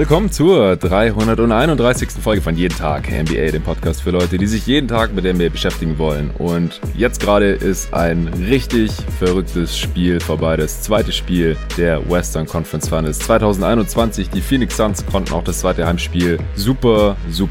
willkommen zur 331. Folge von Jeden Tag NBA, dem Podcast für Leute, die sich jeden Tag mit NBA beschäftigen wollen. Und jetzt gerade ist ein richtig verrücktes Spiel vorbei, das zweite Spiel der Western Conference Finals 2021. Die Phoenix Suns konnten auch das zweite Heimspiel super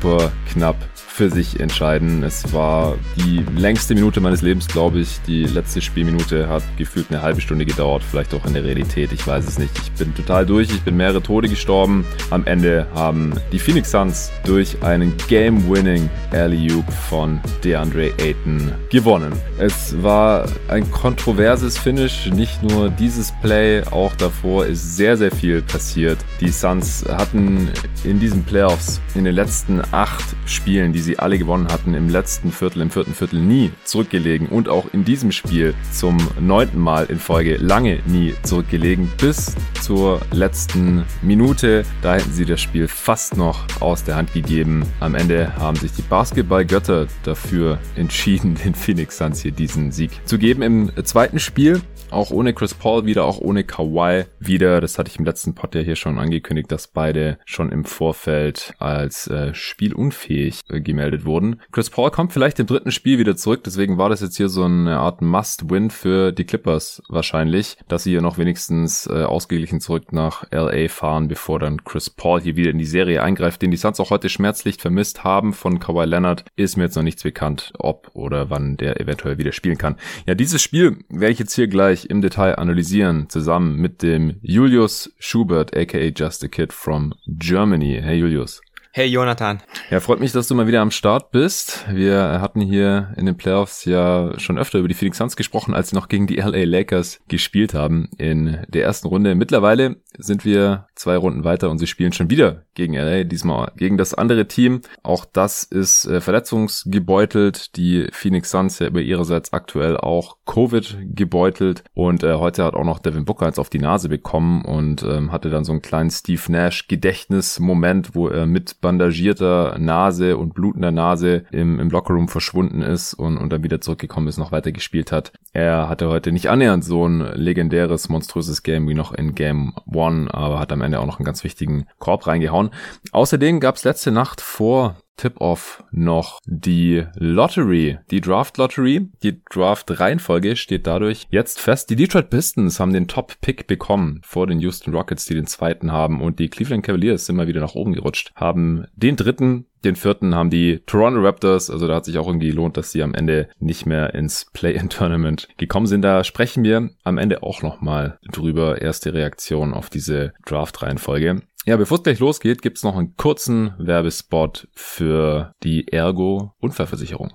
knapp für sich entscheiden. Es war die längste Minute meines Lebens, glaube ich. Die letzte Spielminute hat gefühlt eine halbe Stunde gedauert, vielleicht auch in der Realität, ich weiß es nicht. Ich bin total durch, ich bin mehrere Tode gestorben. Am Ende haben die Phoenix Suns durch einen Game-Winning Alley-Oop von DeAndre Ayton gewonnen. Es war ein kontroverses Finish, nicht nur dieses Play, auch davor ist sehr viel passiert. Die Suns hatten in diesen Playoffs in den letzten 8 Spielen, die sie alle gewonnen hatten, im letzten Viertel, im vierten Viertel nie zurückgelegen und auch in diesem Spiel zum 9. Mal in Folge lange nie zurückgelegen, bis zur letzten Minute. Da hätten sie das Spiel fast noch aus der Hand gegeben. Am Ende haben sich die Basketballgötter dafür entschieden, den Phoenix Suns hier diesen Sieg zu geben. Im zweiten Spiel, auch ohne Chris Paul wieder, auch ohne Kawhi wieder. Das hatte ich im letzten Pod ja hier schon angekündigt, dass beide schon im Vorfeld als spielunfähig gemeldet wurden. Chris Paul kommt vielleicht im dritten Spiel wieder zurück, deswegen war das jetzt hier so eine Art Must-Win für die Clippers wahrscheinlich, dass sie hier noch wenigstens ausgeglichen zurück nach LA fahren, bevor dann Chris Paul hier wieder in die Serie eingreift, den die Suns auch heute schmerzlich vermisst haben. Von Kawhi Leonard ist mir jetzt noch nichts bekannt, ob oder wann der eventuell wieder spielen kann. Ja, dieses Spiel werde ich jetzt hier gleich im Detail analysieren, zusammen mit dem Julius Schubert, aka Just a Kid from Germany. Hey Julius. Hey Jonathan. Ja, freut mich, dass du mal wieder am Start bist. Wir hatten hier in den Playoffs ja schon öfter über die Phoenix Suns gesprochen, als sie noch gegen die LA Lakers gespielt haben in der ersten Runde. Mittlerweile sind wir 2 Runden weiter und sie spielen schon wieder gegen LA, diesmal gegen das andere Team. Auch das ist verletzungsgebeutelt. Die Phoenix Suns ja über ihrerseits aktuell auch Covid gebeutelt. Und heute hat auch noch Devin Booker eins auf die Nase bekommen und hatte dann so einen kleinen Steve Nash Gedächtnismoment, wo er mit bandagierter Nase und blutender Nase im Lockerroom verschwunden ist und dann wieder zurückgekommen ist, noch weiter gespielt hat. Er hatte heute nicht annähernd so ein legendäres, monströses Game wie noch in Game 1, aber hat am Ende auch noch einen ganz wichtigen Korb reingehauen. Außerdem gab es letzte Nacht vor Tip-Off noch die Lottery, die Draft-Lottery. Die Draft-Reihenfolge steht dadurch jetzt fest. Die Detroit Pistons haben den Top-Pick bekommen vor den Houston Rockets, die den zweiten haben. Und die Cleveland Cavaliers sind mal wieder nach oben gerutscht, haben den dritten. Den vierten haben die Toronto Raptors, also da hat sich auch irgendwie gelohnt, dass sie am Ende nicht mehr ins Play-in-Tournament gekommen sind. Da sprechen wir am Ende auch nochmal drüber. Erste Reaktion auf diese Draft-Reihenfolge. Ja, bevor es gleich losgeht, gibt's noch einen kurzen Werbespot für die Ergo Unfallversicherung.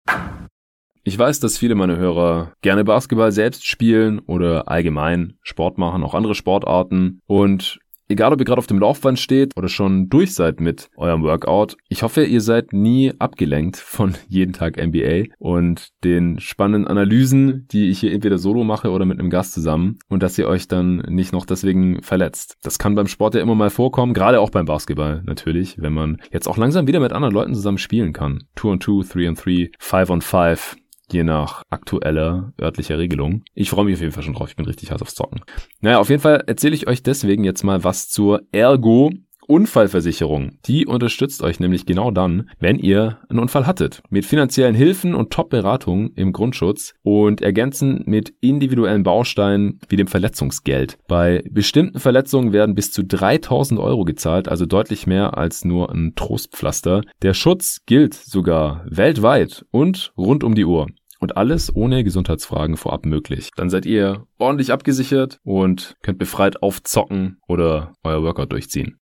Ich weiß, dass viele meiner Hörer gerne Basketball selbst spielen oder allgemein Sport machen, auch andere Sportarten. Und egal, ob ihr gerade auf dem Laufband steht oder schon durch seid mit eurem Workout, ich hoffe, ihr seid nie abgelenkt von Jeden Tag NBA und den spannenden Analysen, die ich hier entweder solo mache oder mit einem Gast zusammen, und dass ihr euch dann nicht noch deswegen verletzt. Das kann beim Sport ja immer mal vorkommen, gerade auch beim Basketball natürlich, wenn man jetzt auch langsam wieder mit anderen Leuten zusammen spielen kann. 2-on-2, 3-on-3, 5-on-5. Je nach aktueller örtlicher Regelung. Ich freue mich auf jeden Fall schon drauf. Ich bin richtig heiß aufs Zocken. Naja, auf jeden Fall erzähle ich euch deswegen jetzt mal was zur Ergo Unfallversicherung. Die unterstützt euch nämlich genau dann, wenn ihr einen Unfall hattet. Mit finanziellen Hilfen und Top-Beratungen im Grundschutz und ergänzend mit individuellen Bausteinen wie dem Verletzungsgeld. Bei bestimmten Verletzungen werden bis zu 3.000 € gezahlt, also deutlich mehr als nur ein Trostpflaster. Der Schutz gilt sogar weltweit und rund um die Uhr. Und alles ohne Gesundheitsfragen vorab möglich. Dann seid ihr ordentlich abgesichert und könnt befreit aufzocken oder euer Workout durchziehen.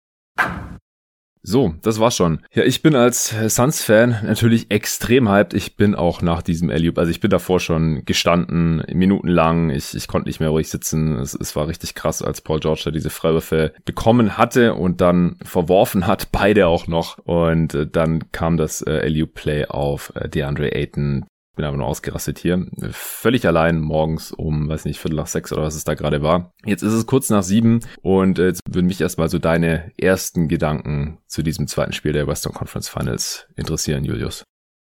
So, das war's schon. Ja, ich bin als Suns-Fan natürlich extrem hyped. Ich bin auch nach diesem Alley-Oop, also ich bin davor schon gestanden, minutenlang. Ich konnte nicht mehr ruhig sitzen. Es war richtig krass, als Paul George da diese Freiwürfe bekommen hatte und dann verworfen hat, beide auch noch. Und dann kam das Alley-Oop-Play auf DeAndre Ayton. Bin aber nur ausgerastet hier. Völlig allein morgens um, weiß nicht, 5:45 oder was es da gerade war. Jetzt ist es kurz nach 7 und jetzt würden mich erstmal so deine ersten Gedanken zu diesem zweiten Spiel der Western Conference Finals interessieren, Julius.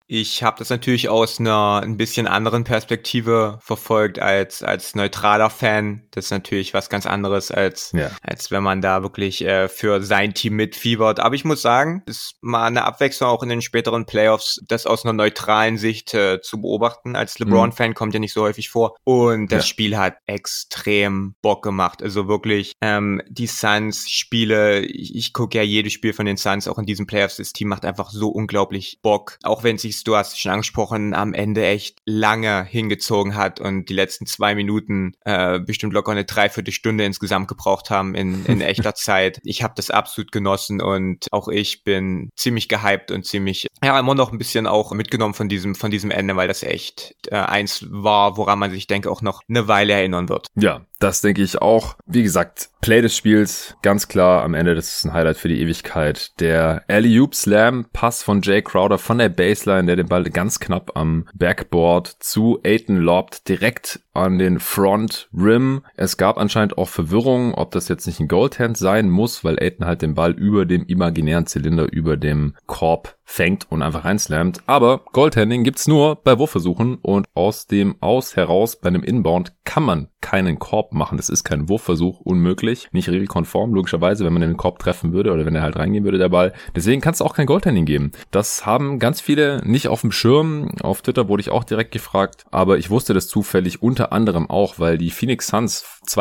Ich habe das natürlich aus einer ein bisschen anderen Perspektive verfolgt als neutraler Fan. Das ist natürlich was ganz anderes als wenn man da wirklich für sein Team mitfiebert. Aber ich muss sagen, es ist mal eine Abwechslung auch in den späteren Playoffs, das aus einer neutralen Sicht zu beobachten. Als LeBron-Fan kommt ja nicht so häufig vor. Und das Spiel hat extrem Bock gemacht. Also wirklich die Suns-Spiele, ich gucke ja jedes Spiel von den Suns, auch in diesen Playoffs. Das Team macht einfach so unglaublich Bock. Auch wenn sich, du hast es schon angesprochen, am Ende echt lange hingezogen hat und die letzten 2 Minuten bestimmt locker eine Dreiviertelstunde insgesamt gebraucht haben in echter Zeit. Ich habe das absolut genossen und auch ich bin ziemlich gehypt und ziemlich, immer noch ein bisschen auch mitgenommen von diesem Ende, weil das echt eins war, woran man sich, denke auch noch eine Weile erinnern wird. Ja, das denke ich auch. Wie gesagt, Play des Spiels, ganz klar am Ende, das ist ein Highlight für die Ewigkeit. Der Alley-Oop Slam Pass von Jay Crowder von der Baseline, der den Ball ganz knapp am Backboard zu Ayton lobt, direkt an den Front Rim. Es gab anscheinend auch Verwirrung, ob das jetzt nicht ein Goaltend sein muss, weil Ayton halt den Ball über dem imaginären Zylinder, über dem Korb fängt und einfach reinslammt. Aber Goaltending gibt's nur bei Wurfversuchen und aus dem Aus heraus bei einem Inbound kann man keinen Korb machen. Das ist kein Wurfversuch, unmöglich. Nicht regelkonform, logischerweise, wenn man den Korb treffen würde oder wenn er halt reingehen würde, der Ball. Deswegen kann es auch kein Goaltending geben. Das haben ganz viele nicht auf dem Schirm. Auf Twitter wurde ich auch direkt gefragt, aber ich wusste das zufällig unter anderem auch, weil die Phoenix Suns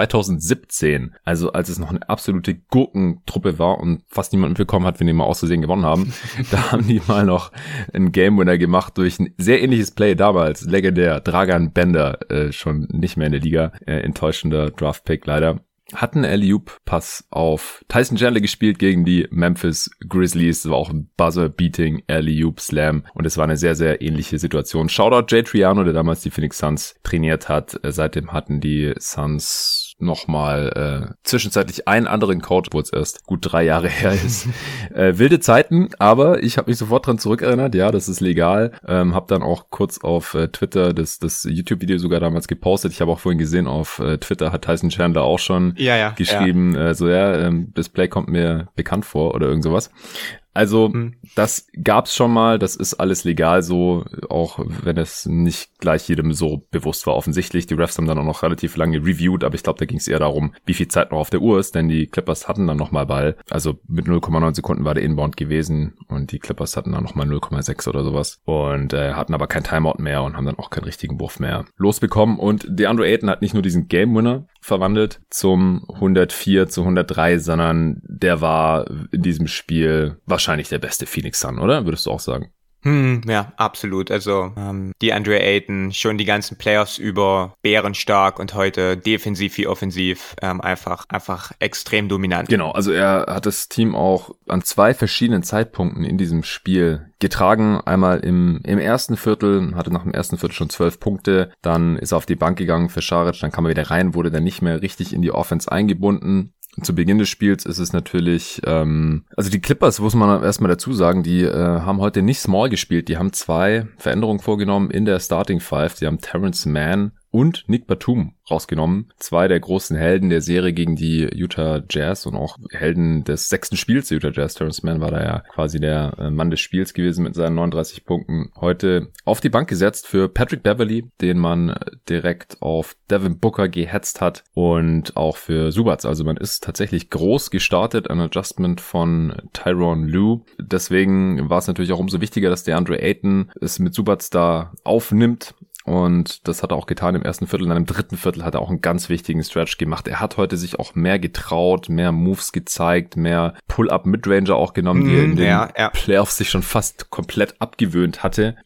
2017, also als es noch eine absolute Gurkentruppe war und fast niemand mitbekommen hat, wenn die mal aus Versehen gewonnen haben, da haben die mal noch einen Game Winner gemacht durch ein sehr ähnliches Play damals, legendär, Dragan Bender, schon nicht mehr in der Liga, enttäuschender Draft-Pick leider. Hatten Alley-Oop-Pass auf Tyson Chandler gespielt gegen die Memphis Grizzlies. Das war auch ein Buzzer-Beating Alley-Oop-Slam und es war eine sehr, sehr ähnliche Situation. Shoutout Jay Triano, der damals die Phoenix Suns trainiert hat. Seitdem hatten die Suns nochmal zwischenzeitlich einen anderen Coach, wo es erst gut 3 Jahre her ist. Wilde Zeiten, aber ich habe mich sofort dran zurückerinnert. Ja, das ist legal. Habe dann auch kurz auf Twitter das YouTube-Video sogar damals gepostet. Ich habe auch vorhin gesehen, auf Twitter hat Tyson Chandler auch schon geschrieben, das Play kommt mir bekannt vor oder irgend sowas. Also, das gab's schon mal, das ist alles legal so, auch wenn es nicht gleich jedem so bewusst war offensichtlich. Die Refs haben dann auch noch relativ lange reviewed, aber ich glaube, da ging es eher darum, wie viel Zeit noch auf der Uhr ist, denn die Clippers hatten dann nochmal Ball. Also mit 0,9 Sekunden war der Inbound gewesen und die Clippers hatten dann nochmal 0,6 oder sowas und hatten aber kein Timeout mehr und haben dann auch keinen richtigen Wurf mehr losbekommen. Und DeAndre Ayton hat nicht nur diesen Game Winner verwandelt zum 104-103, sondern der war in diesem Spiel wahrscheinlich der beste Phoenix Sun, oder? Würdest du auch sagen? Ja, absolut. Also DeAndre Ayton schon die ganzen Playoffs über bärenstark und heute defensiv wie offensiv einfach extrem dominant. Genau, also er hat das Team auch an 2 verschiedenen Zeitpunkten in diesem Spiel getragen. Einmal im ersten Viertel, hatte nach dem ersten Viertel schon 12 Punkte, dann ist er auf die Bank gegangen für Šarić, dann kam er wieder rein, wurde dann nicht mehr richtig in die Offense eingebunden. Zu Beginn des Spiels ist es natürlich, also die Clippers, muss man erstmal dazu sagen, die haben heute nicht small gespielt, die haben 2 Veränderungen vorgenommen in der Starting Five, die haben Terrence Mann und Nick Batum rausgenommen. 2 der großen Helden der Serie gegen die Utah Jazz und auch Helden des 6. Spiels der Utah Jazz. Terrence Mann war da ja quasi der Mann des Spiels gewesen mit seinen 39 Punkten. Heute auf die Bank gesetzt für Patrick Beverley, den man direkt auf Devin Booker gehetzt hat und auch für Zubac. Also man ist tatsächlich groß gestartet, ein Adjustment von Tyronn Lue. Deswegen war es natürlich auch umso wichtiger, dass DeAndre Ayton es mit Zubac da aufnimmt. Und das hat er auch getan im ersten Viertel. Dann im dritten Viertel hat er auch einen ganz wichtigen Stretch gemacht. Er hat heute sich auch mehr getraut, mehr Moves gezeigt, mehr Pull-Up-Midranger auch genommen, die er in den Playoffs sich schon fast komplett abgewöhnt hatte.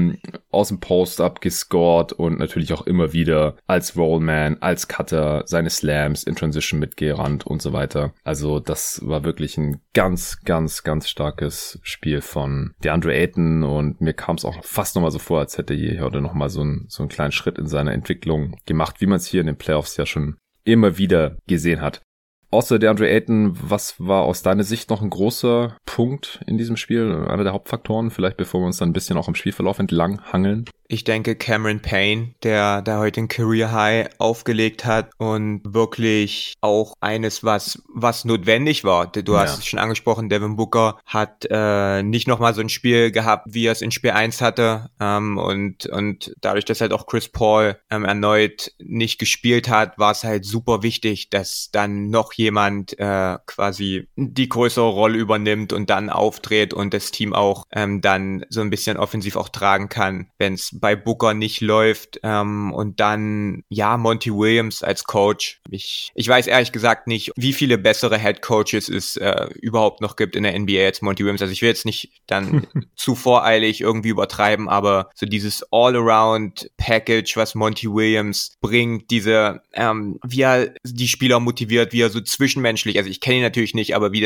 Aus dem Post-Up gescored und natürlich auch immer wieder als Rollman, als Cutter, seine Slams in Transition mitgerannt und so weiter. Also das war wirklich ein ganz, ganz, ganz starkes Spiel von DeAndre Ayton und mir kam es auch fast nochmal so vor, als hätte er hier heute nochmal so einen kleinen Schritt in seiner Entwicklung gemacht, wie man es hier in den Playoffs ja schon immer wieder gesehen hat. Außer DeAndre Ayton, was war aus deiner Sicht noch ein großer Punkt in diesem Spiel? Einer der Hauptfaktoren, vielleicht bevor wir uns dann ein bisschen auch im Spielverlauf entlang hangeln? Ich denke Cameron Payne, der da heute ein Career High aufgelegt hat und wirklich auch eines, was notwendig war. Du hast es schon angesprochen, Devin Booker hat nicht nochmal so ein Spiel gehabt, wie er es in Spiel 1 hatte, und dadurch, dass halt auch Chris Paul erneut nicht gespielt hat, war es halt super wichtig, dass dann noch jemand quasi die größere Rolle übernimmt und dann aufdreht und das Team auch dann so ein bisschen offensiv auch tragen kann, wenn es bei Booker nicht läuft, und dann, Monty Williams als Coach. Ich weiß ehrlich gesagt nicht, wie viele bessere Head Coaches es überhaupt noch gibt in der NBA als Monty Williams. Also ich will jetzt nicht dann zu voreilig irgendwie übertreiben, aber so dieses All-Around-Package, was Monty Williams bringt, diese, wie er die Spieler motiviert, wie er so zwischenmenschlich, also ich kenne ihn natürlich nicht, aber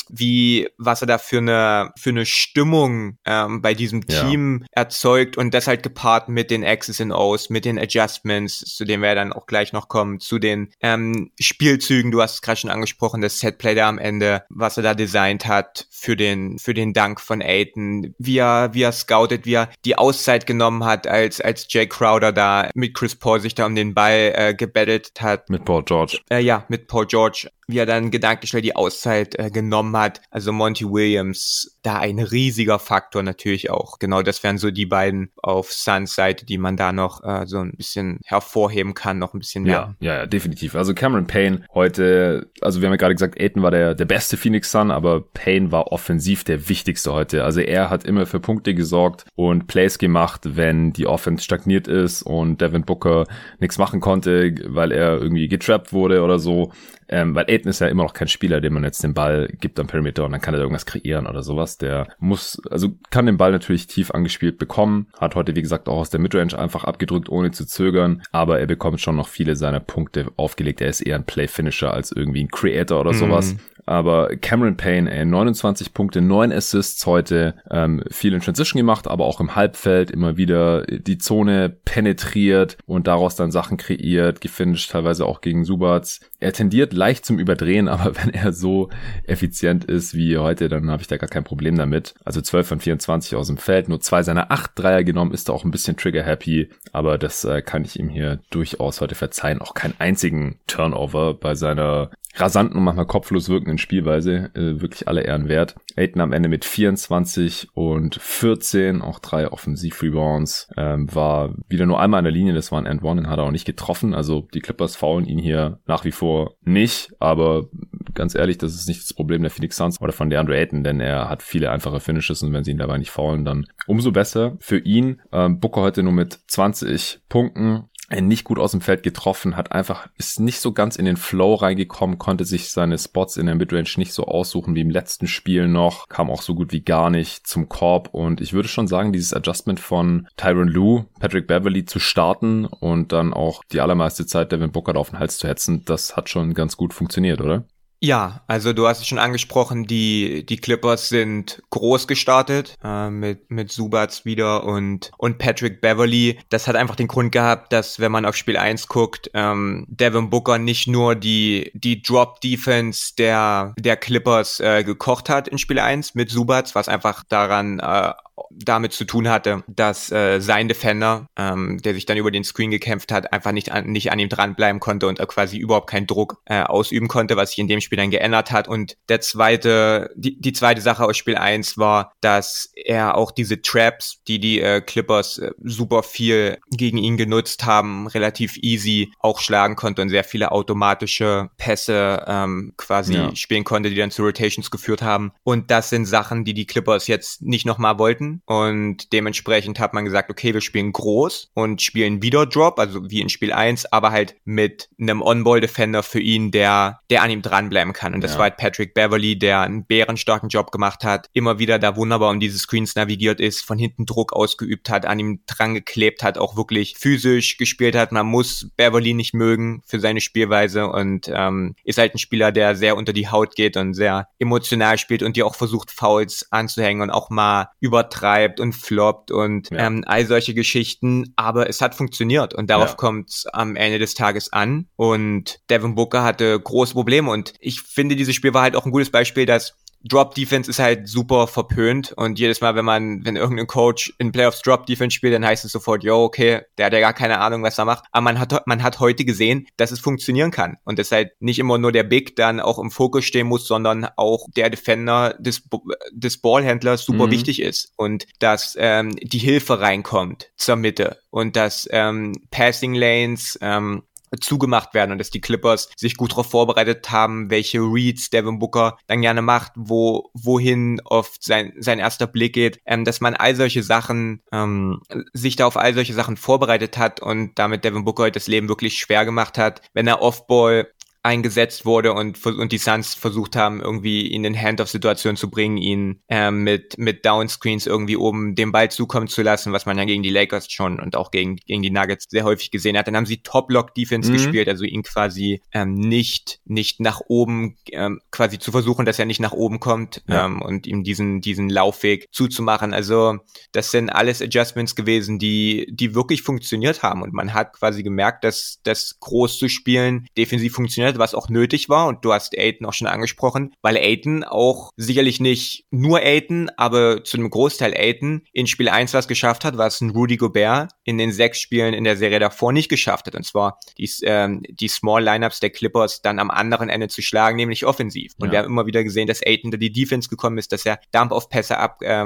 was er da für eine Stimmung bei diesem Team erzeugt und das halt gepaart mit den X's and O's, mit den Adjustments, zu denen wir dann auch gleich noch kommen, zu den Spielzügen, du hast es gerade schon angesprochen, das Setplay da am Ende, was er da designt hat für den Dank von Ayton, wie er scoutet, wie er die Auszeit genommen hat, als Jay Crowder da mit Chris Paul sich da um den Ball gebettelt hat. Mit Paul George. Mit Paul George, wie er dann gedanklich schnell die Auszeit genommen hat. Also Monty Williams, da ein riesiger Faktor natürlich auch. Genau, das wären so die beiden auf Suns Seite, die man da noch so ein bisschen hervorheben kann, noch ein bisschen mehr. Ja, definitiv. Also Cameron Payne heute, also wir haben ja gerade gesagt, Ayton war der beste Phoenix Sun, aber Payne war offensiv der wichtigste heute. Also er hat immer für Punkte gesorgt und Plays gemacht, wenn die Offense stagniert ist und Devin Booker nichts machen konnte, weil er irgendwie getrappt wurde oder so. Weil Ayton ist ja immer noch kein Spieler, dem man jetzt den Ball gibt am Perimeter und dann kann er irgendwas kreieren oder sowas. Der kann den Ball natürlich tief angespielt bekommen, hat heute, wie gesagt, auch aus der Midrange einfach abgedrückt, ohne zu zögern, aber er bekommt schon noch viele seiner Punkte aufgelegt. Er ist eher ein Play-Finisher als irgendwie ein Creator oder sowas. Aber Cameron Payne, 29 Punkte, 9 Assists heute, viel in Transition gemacht, aber auch im Halbfeld immer wieder die Zone penetriert und daraus dann Sachen kreiert, gefinisht, teilweise auch gegen Zubac. Er tendiert leicht zum Überdrehen, aber wenn er so effizient ist wie heute, dann habe ich da gar kein Problem damit. Also 12 von 24 aus dem Feld, nur 2 seiner 8 Dreier genommen, ist da auch ein bisschen trigger-happy, aber das kann ich ihm hier durchaus heute verzeihen. Auch keinen einzigen Turnover bei seiner rasanten und manchmal kopflos wirkenden Spielweise, wirklich alle Ehren wert. Ayton am Ende mit 24 und 14, auch 3 Offensiv-Rebounds, war wieder nur einmal an der Linie, das war ein And-One, den hat er auch nicht getroffen, also die Clippers foulen ihn hier nach wie vor nicht, aber ganz ehrlich, das ist nicht das Problem der Phoenix Suns oder von DeAndre Ayton, denn er hat viele einfache Finishes und wenn sie ihn dabei nicht foulen, dann umso besser für ihn. Booker heute nur mit 20 Punkten, nicht gut aus dem Feld getroffen, ist nicht so ganz in den Flow reingekommen, konnte sich seine Spots in der Midrange nicht so aussuchen wie im letzten Spiel noch, kam auch so gut wie gar nicht zum Korb und ich würde schon sagen, dieses Adjustment von Tyronn Lue, Patrick Beverley zu starten und dann auch die allermeiste Zeit Devin Booker auf den Hals zu hetzen, das hat schon ganz gut funktioniert, oder? Ja, also du hast es schon angesprochen, die Clippers sind groß gestartet, mit Zubac wieder und Patrick Beverley. Das hat einfach den Grund gehabt, dass, wenn man auf Spiel 1 guckt, Devin Booker nicht nur die Drop-Defense der Clippers gekocht hat in Spiel 1 mit Zubac, was einfach damit zu tun hatte, dass sein Defender, der sich dann über den Screen gekämpft hat, einfach nicht an ihm dranbleiben konnte und quasi überhaupt keinen Druck ausüben konnte, was sich in dem Spiel dann geändert hat. Und die zweite Sache aus Spiel 1 war, dass er auch diese Traps, die Clippers super viel gegen ihn genutzt haben, relativ easy auch schlagen konnte und sehr viele automatische Pässe spielen konnte, die dann zu Rotations geführt haben. Und das sind Sachen, die Clippers jetzt nicht nochmal wollten. Und dementsprechend hat man gesagt, okay, wir spielen groß und spielen wieder Drop, also wie in Spiel 1, aber halt mit einem On-Ball-Defender für ihn, der an ihm dranbleiben kann. Und das war halt Patrick Beverley, der einen bärenstarken Job gemacht hat, immer wieder da wunderbar um diese Screens navigiert ist, von hinten Druck ausgeübt hat, an ihm dran geklebt hat, auch wirklich physisch gespielt hat. Man muss Beverley nicht mögen für seine Spielweise und ist halt ein Spieler, der sehr unter die Haut geht und sehr emotional spielt und dir auch versucht, Fouls anzuhängen und auch mal übertreibt und floppt und all solche Geschichten. Aber es hat funktioniert und darauf kommt es am Ende des Tages an. Und Devin Booker hatte große Probleme und ich finde, dieses Spiel war halt auch ein gutes Beispiel, dass Drop-Defense ist halt super verpönt und jedes Mal, wenn irgendein Coach in Playoffs Drop-Defense spielt, dann heißt es sofort, okay, der hat ja gar keine Ahnung, was er macht. Aber man hat heute gesehen, dass es funktionieren kann und dass halt nicht immer nur der Big dann auch im Fokus stehen muss, sondern auch der Defender des Ballhändlers super wichtig ist und dass die Hilfe reinkommt zur Mitte und dass Passing Lanes zugemacht werden und dass die Clippers sich gut darauf vorbereitet haben, welche Reads Devin Booker dann gerne macht, wohin oft sein erster Blick geht, dass man all solche Sachen, sich da auf all solche Sachen vorbereitet hat und damit Devin Booker das Leben wirklich schwer gemacht hat, wenn er Off-Ball eingesetzt wurde und die Suns versucht haben, irgendwie ihn in Hand-Off-Situationen zu bringen, ihn mit Downscreens irgendwie oben den Ball zukommen zu lassen, was man ja gegen die Lakers schon und auch gegen die Nuggets sehr häufig gesehen hat. Dann haben sie Top-Lock-Defense gespielt, also ihn quasi nicht nach oben, quasi zu versuchen, dass er nicht nach oben kommt und ihm diesen Laufweg zuzumachen. Also das sind alles Adjustments gewesen, die wirklich funktioniert haben und man hat quasi gemerkt, dass das groß zu spielen defensiv funktioniert, was auch nötig war und du hast Ayton auch schon angesprochen, weil Ayton auch sicherlich nicht nur Ayton, aber zu einem Großteil Ayton in Spiel 1 was geschafft hat, was ein Rudy Gobert in den 6 Spielen in der Serie davor nicht geschafft hat, und zwar die Small Lineups der Clippers dann am anderen Ende zu schlagen, nämlich offensiv. Und wir haben immer wieder gesehen, dass Ayton da die Defense gekommen ist, dass er Dump-Off-Pässe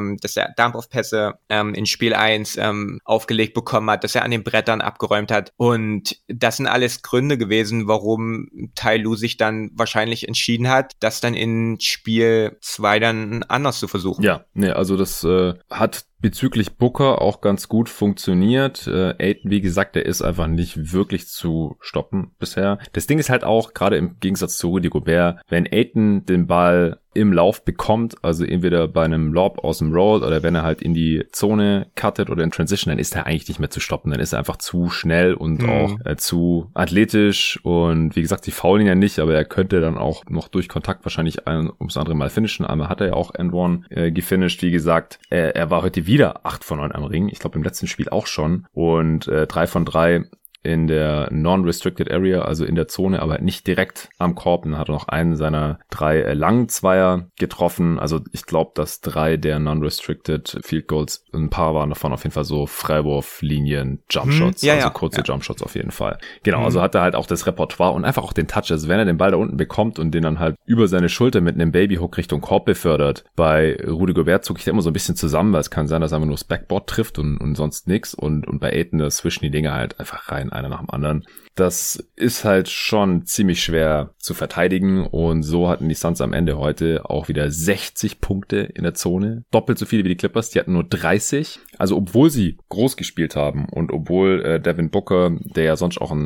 in Spiel 1 aufgelegt bekommen hat, dass er an den Brettern abgeräumt hat, und das sind alles Gründe gewesen, warum Ty Lue sich dann wahrscheinlich entschieden hat, das dann in Spiel 2 dann anders zu versuchen. Ja, also das hat bezüglich Booker auch ganz gut funktioniert. Ayton, wie gesagt, der ist einfach nicht wirklich zu stoppen bisher. Das Ding ist halt auch, gerade im Gegensatz zu Rudy Gobert, wenn Ayton den Ball im Lauf bekommt, also entweder bei einem Lob aus dem Roll oder wenn er halt in die Zone cuttet oder in Transition, dann ist er eigentlich nicht mehr zu stoppen. Dann ist er einfach zu schnell und auch zu athletisch, und wie gesagt, sie faulen ihn ja nicht, aber er könnte dann auch noch durch Kontakt wahrscheinlich ums andere Mal finishen. Einmal hat er ja auch N1 gefinisht, wie gesagt. Er war heute wieder 8 von 9 am Ring. Ich glaube im letzten Spiel auch schon, und 3 von 3 in der Non-Restricted Area, also in der Zone, aber nicht direkt am Korb. Und dann hat er noch einen seiner 3 langen Zweier getroffen. Also ich glaube, dass 3 der Non-Restricted Field Goals, ein paar waren davon auf jeden Fall so Freiwurflinien, Jumpshots, kurze Jumpshots auf jeden Fall. Genau, also hat er halt auch das Repertoire und einfach auch den Touch. Also wenn er den Ball da unten bekommt und den dann halt über seine Schulter mit einem Babyhook Richtung Korb befördert, bei Rudy Gobert zucke ich da immer so ein bisschen zusammen, weil es kann sein, dass er einfach nur das Backboard trifft und sonst nix, und bei Ayton da zwischen die Dinger halt einfach rein, einer nach dem anderen. Das ist halt schon ziemlich schwer zu verteidigen, und so hatten die Suns am Ende heute auch wieder 60 Punkte in der Zone. Doppelt so viele wie die Clippers, die hatten nur 30. Also obwohl sie groß gespielt haben und obwohl Devin Booker, der ja sonst auch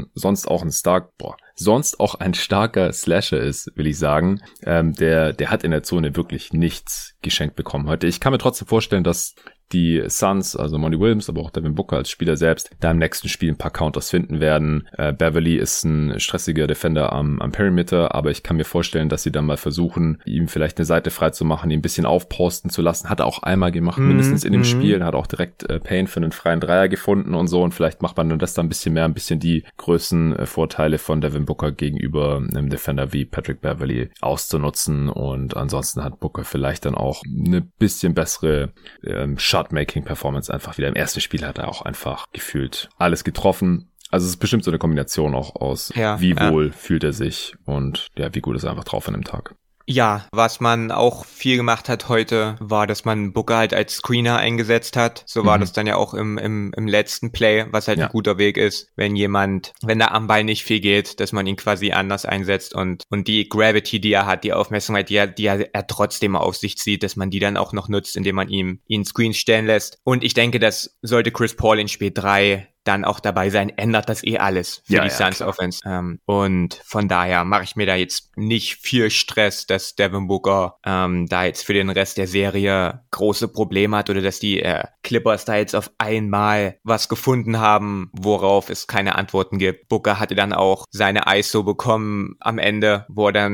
ein starker Slasher ist, will ich sagen, der hat in der Zone wirklich nichts geschenkt bekommen heute. Ich kann mir trotzdem vorstellen, dass die Suns, also Monty Williams, aber auch Devin Booker als Spieler selbst, da im nächsten Spiel ein paar Counters finden werden. Beverly ist ein stressiger Defender am Perimeter, aber ich kann mir vorstellen, dass sie dann mal versuchen, ihm vielleicht eine Seite frei zu machen, ihn ein bisschen aufposten zu lassen. Hat er auch einmal gemacht, mindestens in dem Spiel. Hat auch direkt Payne für einen freien Dreier gefunden und so, und vielleicht macht man dann das da ein bisschen die Größenvorteile von Devin Booker gegenüber einem Defender wie Patrick Beverly auszunutzen, und ansonsten hat Booker vielleicht dann auch eine bisschen bessere Shot-Making-Performance einfach wieder. Im ersten Spiel hat er auch einfach gefühlt alles getroffen. Also es ist bestimmt so eine Kombination auch aus, wie wohl fühlt er sich und wie gut ist er einfach drauf an dem Tag. Ja, was man auch viel gemacht hat heute, war, dass man Booker halt als Screener eingesetzt hat. So war das dann ja auch im letzten Play, was halt ein guter Weg ist, wenn da am Ball nicht viel geht, dass man ihn quasi anders einsetzt und die Gravity, die er hat, die Aufmerksamkeit, die er trotzdem auf sich zieht, dass man die dann auch noch nutzt, indem man ihn Screens stellen lässt. Und ich denke, das sollte Chris Paul in Spiel 3 dann auch dabei sein, ändert das alles für die Suns Offense. Und von daher mache ich mir da jetzt nicht viel Stress, dass Devin Booker da jetzt für den Rest der Serie große Probleme hat oder dass die Clippers da jetzt auf einmal was gefunden haben, worauf es keine Antworten gibt. Booker hatte dann auch seine ISO bekommen am Ende, wo er dann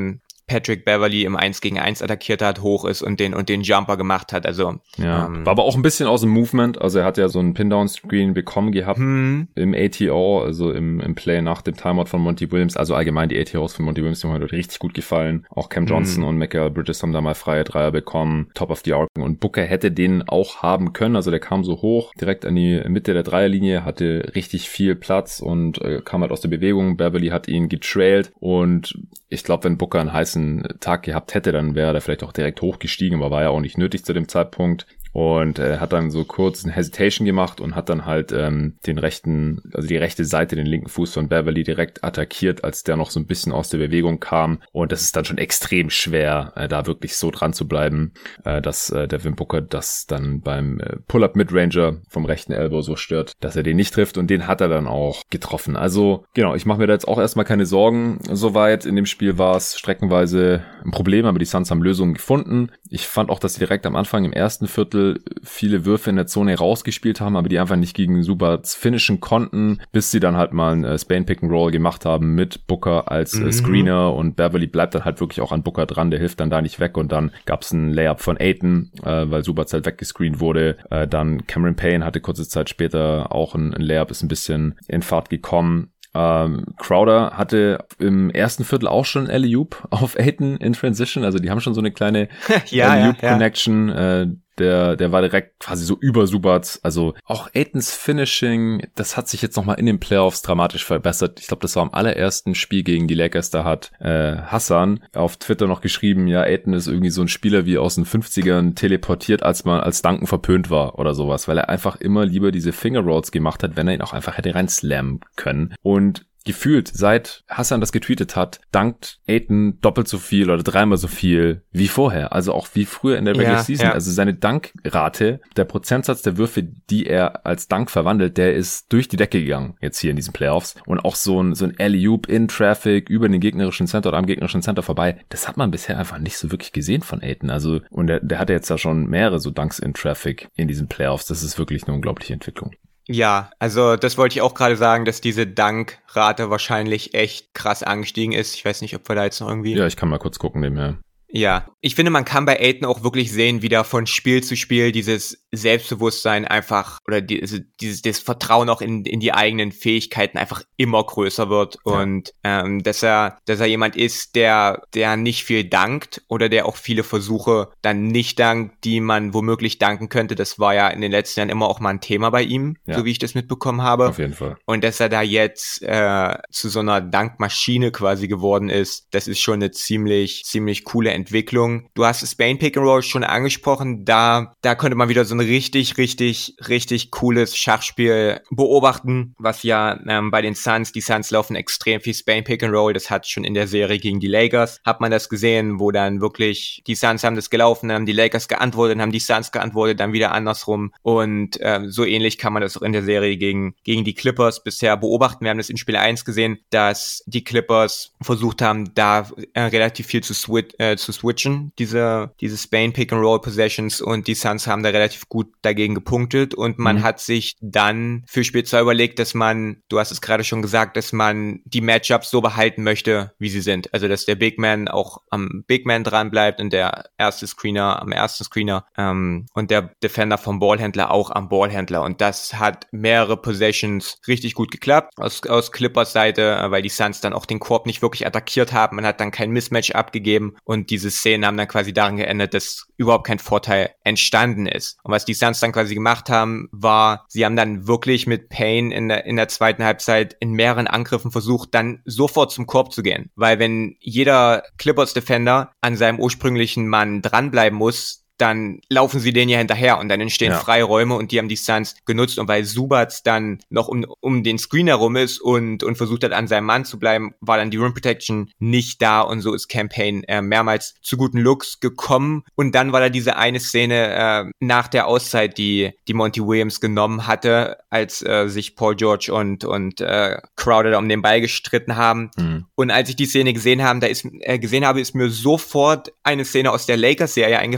Patrick Beverley im 1 gegen 1 attackiert hat, hoch ist und den Jumper gemacht hat. Also war aber auch ein bisschen aus dem Movement. Also er hat ja so einen Pin-Down-Screen bekommen gehabt im ATO, also im Play nach dem Timeout von Monty Williams. Also allgemein die ATOs von Monty Williams, die haben heute richtig gut gefallen. Auch Cam Johnson und Michael Bridges haben da mal freie Dreier bekommen. Top of the Arc. Und Booker hätte den auch haben können. Also der kam so hoch, direkt an die Mitte der Dreierlinie, hatte richtig viel Platz und kam halt aus der Bewegung. Beverley hat ihn getrailt und ich glaube, wenn Booker einen heißen Tag gehabt hätte, dann wäre er vielleicht auch direkt hochgestiegen, aber war ja auch nicht nötig zu dem Zeitpunkt. Und hat dann so kurz eine Hesitation gemacht und hat dann halt die rechte Seite, den linken Fuß von Beverley direkt attackiert, als der noch so ein bisschen aus der Bewegung kam. Und das ist dann schon extrem schwer, da wirklich so dran zu bleiben, dass Devin Booker das dann beim Pull-Up Midranger vom rechten Elbow so stört, dass er den nicht trifft. Und den hat er dann auch getroffen. Also genau, ich mache mir da jetzt auch erstmal keine Sorgen soweit. In dem Spiel war es streckenweise ein Problem, aber die Suns haben Lösungen gefunden. Ich fand auch, dass sie direkt am Anfang im ersten Viertel viele Würfe in der Zone rausgespielt haben, aber die einfach nicht gegen Subats finishen konnten, bis sie dann halt mal ein Spain Pick and Roll gemacht haben mit Booker als Screener und Beverley bleibt dann halt wirklich auch an Booker dran, der hilft dann da nicht weg und dann gab es einen Layup von Ayton, weil Subats halt weggescreent wurde. Dann Cameron Payne hatte kurze Zeit später auch ein Layup, ist ein bisschen in Fahrt gekommen. Crowder hatte im ersten Viertel auch schon Alley-Oop auf Ayton in Transition, also die haben schon so eine kleine Alley-Oop-Connection, Der war direkt quasi so über Subats. Also auch Aytons Finishing, das hat sich jetzt nochmal in den Playoffs dramatisch verbessert. Ich glaube, das war am allerersten Spiel gegen die Lakers. Da hat Hassan auf Twitter noch geschrieben, ja, Ayton ist irgendwie so ein Spieler wie aus den 50ern teleportiert, als man als Duncan verpönt war oder sowas, weil er einfach immer lieber diese Finger Rolls gemacht hat, wenn er ihn auch einfach hätte reinslammen können. Und gefühlt, seit Hassan das getweetet hat, dankt Ayton doppelt so viel oder dreimal so viel wie vorher. Also auch wie früher in der Regular Season. Ja. Also seine Dankrate, der Prozentsatz der Würfe, die er als Dank verwandelt, der ist durch die Decke gegangen jetzt hier in diesen Playoffs. Und auch so ein Alley-Oop in Traffic über den gegnerischen Center oder am gegnerischen Center vorbei, das hat man bisher einfach nicht so wirklich gesehen von Ayton. Also, und der hatte jetzt ja schon mehrere so Dunks in Traffic in diesen Playoffs. Das ist wirklich eine unglaubliche Entwicklung. Ja, also das wollte ich auch gerade sagen, dass diese Dankrate wahrscheinlich echt krass angestiegen ist. Ich weiß nicht, ob wir da jetzt noch irgendwie... Ja, ich kann mal kurz gucken nebenher. Ja, ich finde, man kann bei Ayton auch wirklich sehen, wie da von Spiel zu Spiel dieses Selbstbewusstsein einfach oder das Vertrauen auch in die eigenen Fähigkeiten einfach immer größer wird und dass er jemand ist, der nicht viel dankt oder der auch viele Versuche dann nicht dankt, die man womöglich danken könnte. Das war ja in den letzten Jahren immer auch mal ein Thema bei ihm, so wie ich das mitbekommen habe. Auf jeden Fall. Und dass er da jetzt zu so einer Dankmaschine quasi geworden ist, das ist schon eine ziemlich coole Entwicklung. Du hast das Spain Pick and Roll schon angesprochen, da konnte man wieder so ein richtig cooles Schachspiel beobachten, was ja bei den Suns, die Suns laufen extrem viel Spain Pick and Roll, das hat schon in der Serie gegen die Lakers, hat man das gesehen, wo dann wirklich die Suns haben das gelaufen, dann haben die Lakers geantwortet, dann haben die Suns geantwortet, dann wieder andersrum und so ähnlich kann man das auch in der Serie gegen die Clippers bisher beobachten. Wir haben das in Spiel 1 gesehen, dass die Clippers versucht haben, da relativ viel zu switchen, diese Spain Pick and Roll Possessions und die Suns haben da relativ gut dagegen gepunktet und man hat sich dann für Spiel 2 überlegt, dass man, du hast es gerade schon gesagt, dass man die Matchups so behalten möchte, wie sie sind. Also, dass der Big Man auch am Big Man dran bleibt und der erste Screener am ersten Screener und der Defender vom Ballhändler auch am Ballhändler und das hat mehrere Possessions richtig gut geklappt aus Clippers Seite, weil die Suns dann auch den Korb nicht wirklich attackiert haben. Man hat dann kein Mismatch abgegeben und diese Szenen haben dann quasi daran geändert, dass überhaupt kein Vorteil entstanden ist. Und was die Suns dann quasi gemacht haben, war, sie haben dann wirklich mit Payne in der zweiten Halbzeit in mehreren Angriffen versucht, dann sofort zum Korb zu gehen. Weil wenn jeder Clippers-Defender an seinem ursprünglichen Mann dranbleiben muss, dann laufen sie denen ja hinterher und dann entstehen Freiräume und die haben die Suns genutzt und weil Subats dann noch um den Screen herum ist und versucht hat, an seinem Mann zu bleiben, war dann die Rim Protection nicht da und so ist Cam Payne mehrmals zu guten Looks gekommen und dann war da diese eine Szene nach der Auszeit, die Monty Williams genommen hatte, als sich Paul George und Crowder da um den Ball gestritten haben und als ich die Szene gesehen habe, ist mir sofort eine Szene aus der Lakers-Serie eingefallen, weil man da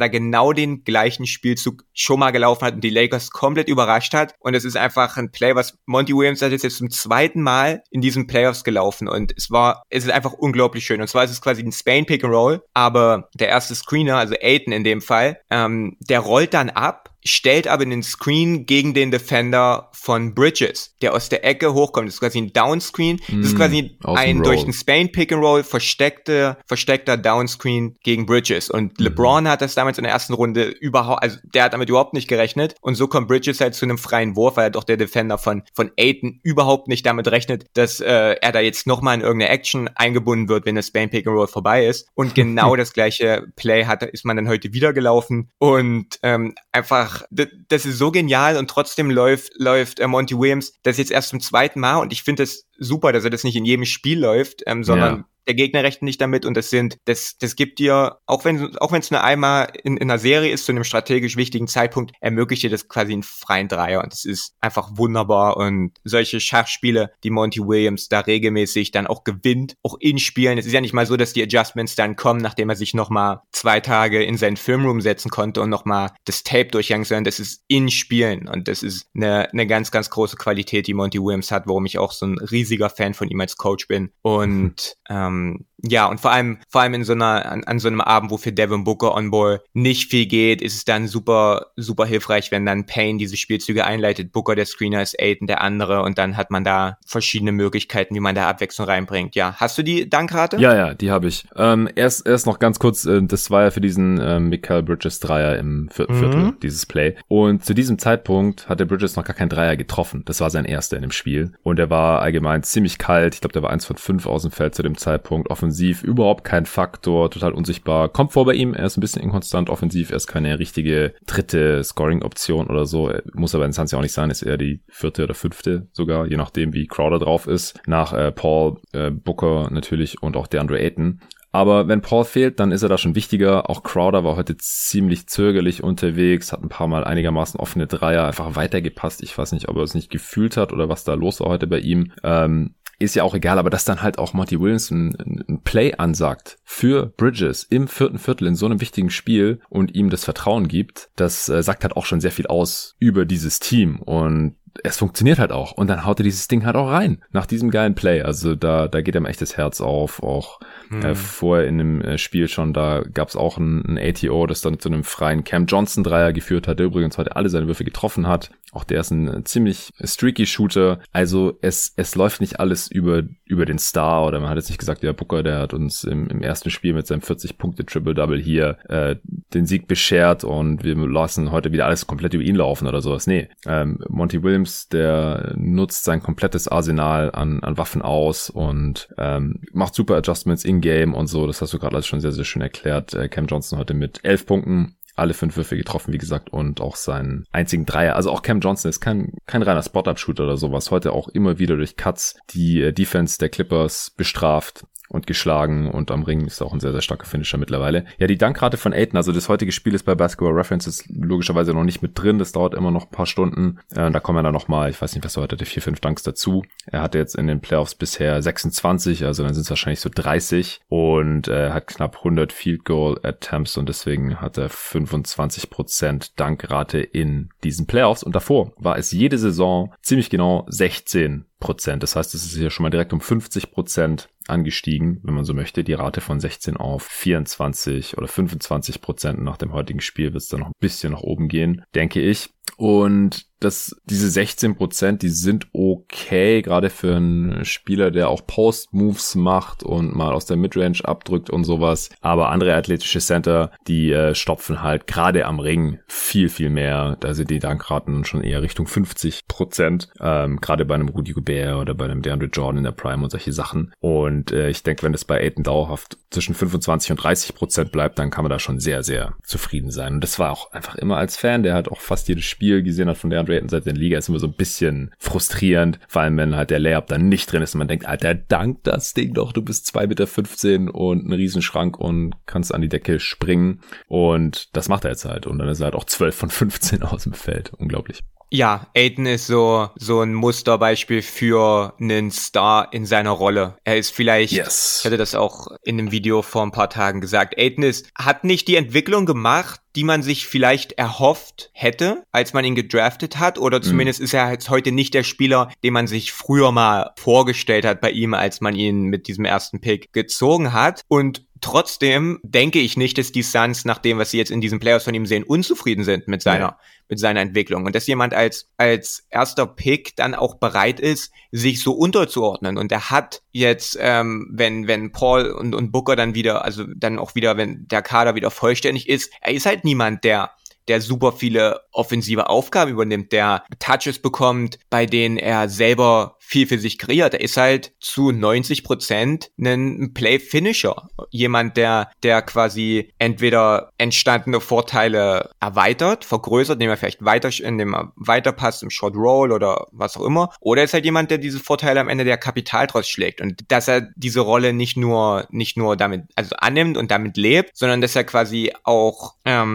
genau den gleichen Spielzug schon mal gelaufen hat und die Lakers komplett überrascht hat. Und es ist einfach ein Play, was Monty Williams hat jetzt zum zweiten Mal in diesen Playoffs gelaufen. Und es ist einfach unglaublich schön. Und zwar ist es quasi ein Spain Pick and Roll, aber der erste Screener, also Ayton in dem Fall, der rollt dann ab, stellt aber einen Screen gegen den Defender von Bridges, der aus der Ecke hochkommt. Das ist quasi ein Downscreen. Das ist quasi ein durch den Spain Pick and Roll versteckter Downscreen gegen Bridges. Und LeBron hat das damals in der ersten Runde der hat damit überhaupt nicht gerechnet. Und so kommt Bridges halt zu einem freien Wurf, weil doch der Defender von Ayton überhaupt nicht damit rechnet, dass er da jetzt nochmal in irgendeine Action eingebunden wird, wenn das Spain Pick and Roll vorbei ist. Und genau das gleiche Play ist man dann heute wieder gelaufen. Und einfach, das ist so genial und trotzdem läuft Monty Williams das jetzt erst zum zweiten Mal und ich finde das super, dass er das nicht in jedem Spiel läuft, sondern der Gegner rechnet nicht damit und das gibt dir, auch wenn es nur einmal in einer Serie ist, zu einem strategisch wichtigen Zeitpunkt, ermöglicht dir das quasi einen freien Dreier und das ist einfach wunderbar und solche Schachspiele, die Monty Williams da regelmäßig dann auch gewinnt, auch in Spielen. Es ist ja nicht mal so, dass die Adjustments dann kommen, nachdem er sich nochmal 2 Tage in seinen Filmroom setzen konnte und nochmal das Tape durchgegangen, sondern das ist in Spielen und das ist eine ganz, ganz große Qualität, die Monty Williams hat, warum ich auch so ein riesiger Fan von ihm als Coach bin und ja, und vor allem an so einem Abend, wo für Devin Booker on Ball nicht viel geht, ist es dann super, super hilfreich, wenn dann Payne diese Spielzüge einleitet. Booker der Screener ist, Ayton der andere und dann hat man da verschiedene Möglichkeiten, wie man da Abwechslung reinbringt. Ja, hast du die Dankrate? Ja, die habe ich. Erst noch ganz kurz, das war ja für diesen Mikal Bridges Dreier im vierten Viertel, dieses Play. Und zu diesem Zeitpunkt hat der Bridges noch gar keinen Dreier getroffen. Das war sein erster in dem Spiel. Und er war allgemein ziemlich kalt. Ich glaube, der war 1 von 5 aus dem Feld zu dem Zeitpunkt. Offensiv überhaupt kein Faktor, total unsichtbar. Kommt vor bei ihm, er ist ein bisschen inkonstant offensiv, er ist keine richtige dritte Scoring-Option oder so. Muss aber in Suns ja auch nicht sein, ist eher die 4. oder 5. sogar, je nachdem wie Crowder drauf ist. Nach Paul, Booker natürlich und auch DeAndre Ayton. Aber wenn Paul fehlt, dann ist er da schon wichtiger. Auch Crowder war heute ziemlich zögerlich unterwegs, hat ein paar Mal einigermaßen offene Dreier einfach weitergepasst. Ich weiß nicht, ob er es nicht gefühlt hat oder was da los war heute bei ihm. Ist ja auch egal, aber dass dann halt auch Monty Williams ein Play ansagt für Bridges im 4. Viertel in so einem wichtigen Spiel und ihm das Vertrauen gibt, das sagt halt auch schon sehr viel aus über dieses Team und es funktioniert halt auch. Und dann haut er dieses Ding halt auch rein. Nach diesem geilen Play. Also da geht ihm echt das Herz auf. Auch vorher in dem Spiel schon, da gab's auch ein ATO, das dann zu einem freien Cam Johnson Dreier geführt hat, der übrigens heute alle seine Würfe getroffen hat. Auch der ist ein ziemlich streaky Shooter. Also es läuft nicht alles über den Star oder man hat jetzt nicht gesagt, ja, Booker, der hat uns im ersten Spiel mit seinem 40-Punkte Triple-Double hier den Sieg beschert und wir lassen heute wieder alles komplett über ihn laufen oder sowas. Nee, Monty Williams, der nutzt sein komplettes Arsenal an Waffen aus und macht super Adjustments in-game und so. Das hast du gerade alles schon sehr, sehr schön erklärt. Cam Johnson heute mit 11 Punkten. Alle 5 Würfe getroffen, wie gesagt, und auch seinen einzigen Dreier. Also auch Cam Johnson ist kein reiner Spot-Up-Shooter oder sowas. Heute auch immer wieder durch Cuts die Defense der Clippers bestraft und geschlagen und am Ring ist auch ein sehr, sehr starker Finisher mittlerweile. Ja, die Dankrate von Ayton, also das heutige Spiel ist bei Basketball References logischerweise noch nicht mit drin, das dauert immer noch ein paar Stunden. Da kommen dann nochmal, ich weiß nicht, was er heute hatte, 4, 5 Dunks dazu. Er hatte jetzt in den Playoffs bisher 26, also dann sind es wahrscheinlich so 30 und hat knapp 100 Field Goal Attempts und deswegen hat er 25% Dankrate in diesen Playoffs und davor war es jede Saison ziemlich genau 16%. Das heißt, es ist hier schon mal direkt um 50% angestiegen, wenn man so möchte. Die Rate von 16 auf 24 oder 25% nach dem heutigen Spiel wird es dann noch ein bisschen nach oben gehen, denke ich. Und diese 16%, die sind okay, gerade für einen Spieler, der auch Post-Moves macht und mal aus der Midrange abdrückt und sowas. Aber andere athletische Center, die stopfen halt gerade am Ring viel, viel mehr. Da sind die Dankraten schon eher Richtung 50%. Gerade bei einem Rudy Gobert oder bei einem DeAndre Jordan in der Prime und solche Sachen. Und ich denke, wenn das bei Ayton dauerhaft zwischen 25 und 30% bleibt, dann kann man da schon sehr, sehr zufrieden sein. Und das war auch einfach immer als Fan, der halt auch fast jedes Spiel gesehen hat von DeAndre Ayton seit der Liga, ist immer so ein bisschen frustrierend, vor allem wenn halt der Layup dann nicht drin ist und man denkt, Alter, dank das Ding doch, du bist 2,15 Meter und ein Riesenschrank und kannst an die Decke springen und das macht er jetzt halt und dann ist er halt auch 12 von 15 aus dem Feld. Unglaublich. Ja, Ayton ist so ein Musterbeispiel für einen Star in seiner Rolle. Er ist vielleicht, Ich hatte das auch in einem Video vor ein paar Tagen gesagt, Ayton hat nicht die Entwicklung gemacht, die man sich vielleicht erhofft hätte, als man ihn gedraftet hat, oder zumindest ist er jetzt heute nicht der Spieler, den man sich früher mal vorgestellt hat bei ihm, als man ihn mit diesem ersten Pick gezogen hat. Und trotzdem denke ich nicht, dass die Suns, nach dem, was sie jetzt in diesen Playoffs von ihm sehen, unzufrieden sind mit seiner Entwicklung. Und dass jemand als erster Pick dann auch bereit ist, sich so unterzuordnen. Und er hat jetzt, wenn Paul und Booker dann wieder, also dann auch wieder, wenn der Kader wieder vollständig ist, er ist halt niemand, der super viele offensive Aufgaben übernimmt, der Touches bekommt, bei denen er selber viel für sich kreiert. Er ist halt zu 90% ein Play-Finisher. Jemand, der quasi entweder entstandene Vorteile erweitert, vergrößert, indem er vielleicht weiterpasst im Short Roll oder was auch immer. Oder ist halt jemand, der diese Vorteile am Ende der Kapital draus schlägt. Und dass er diese Rolle nicht nur damit, also annimmt und damit lebt, sondern dass er quasi auch,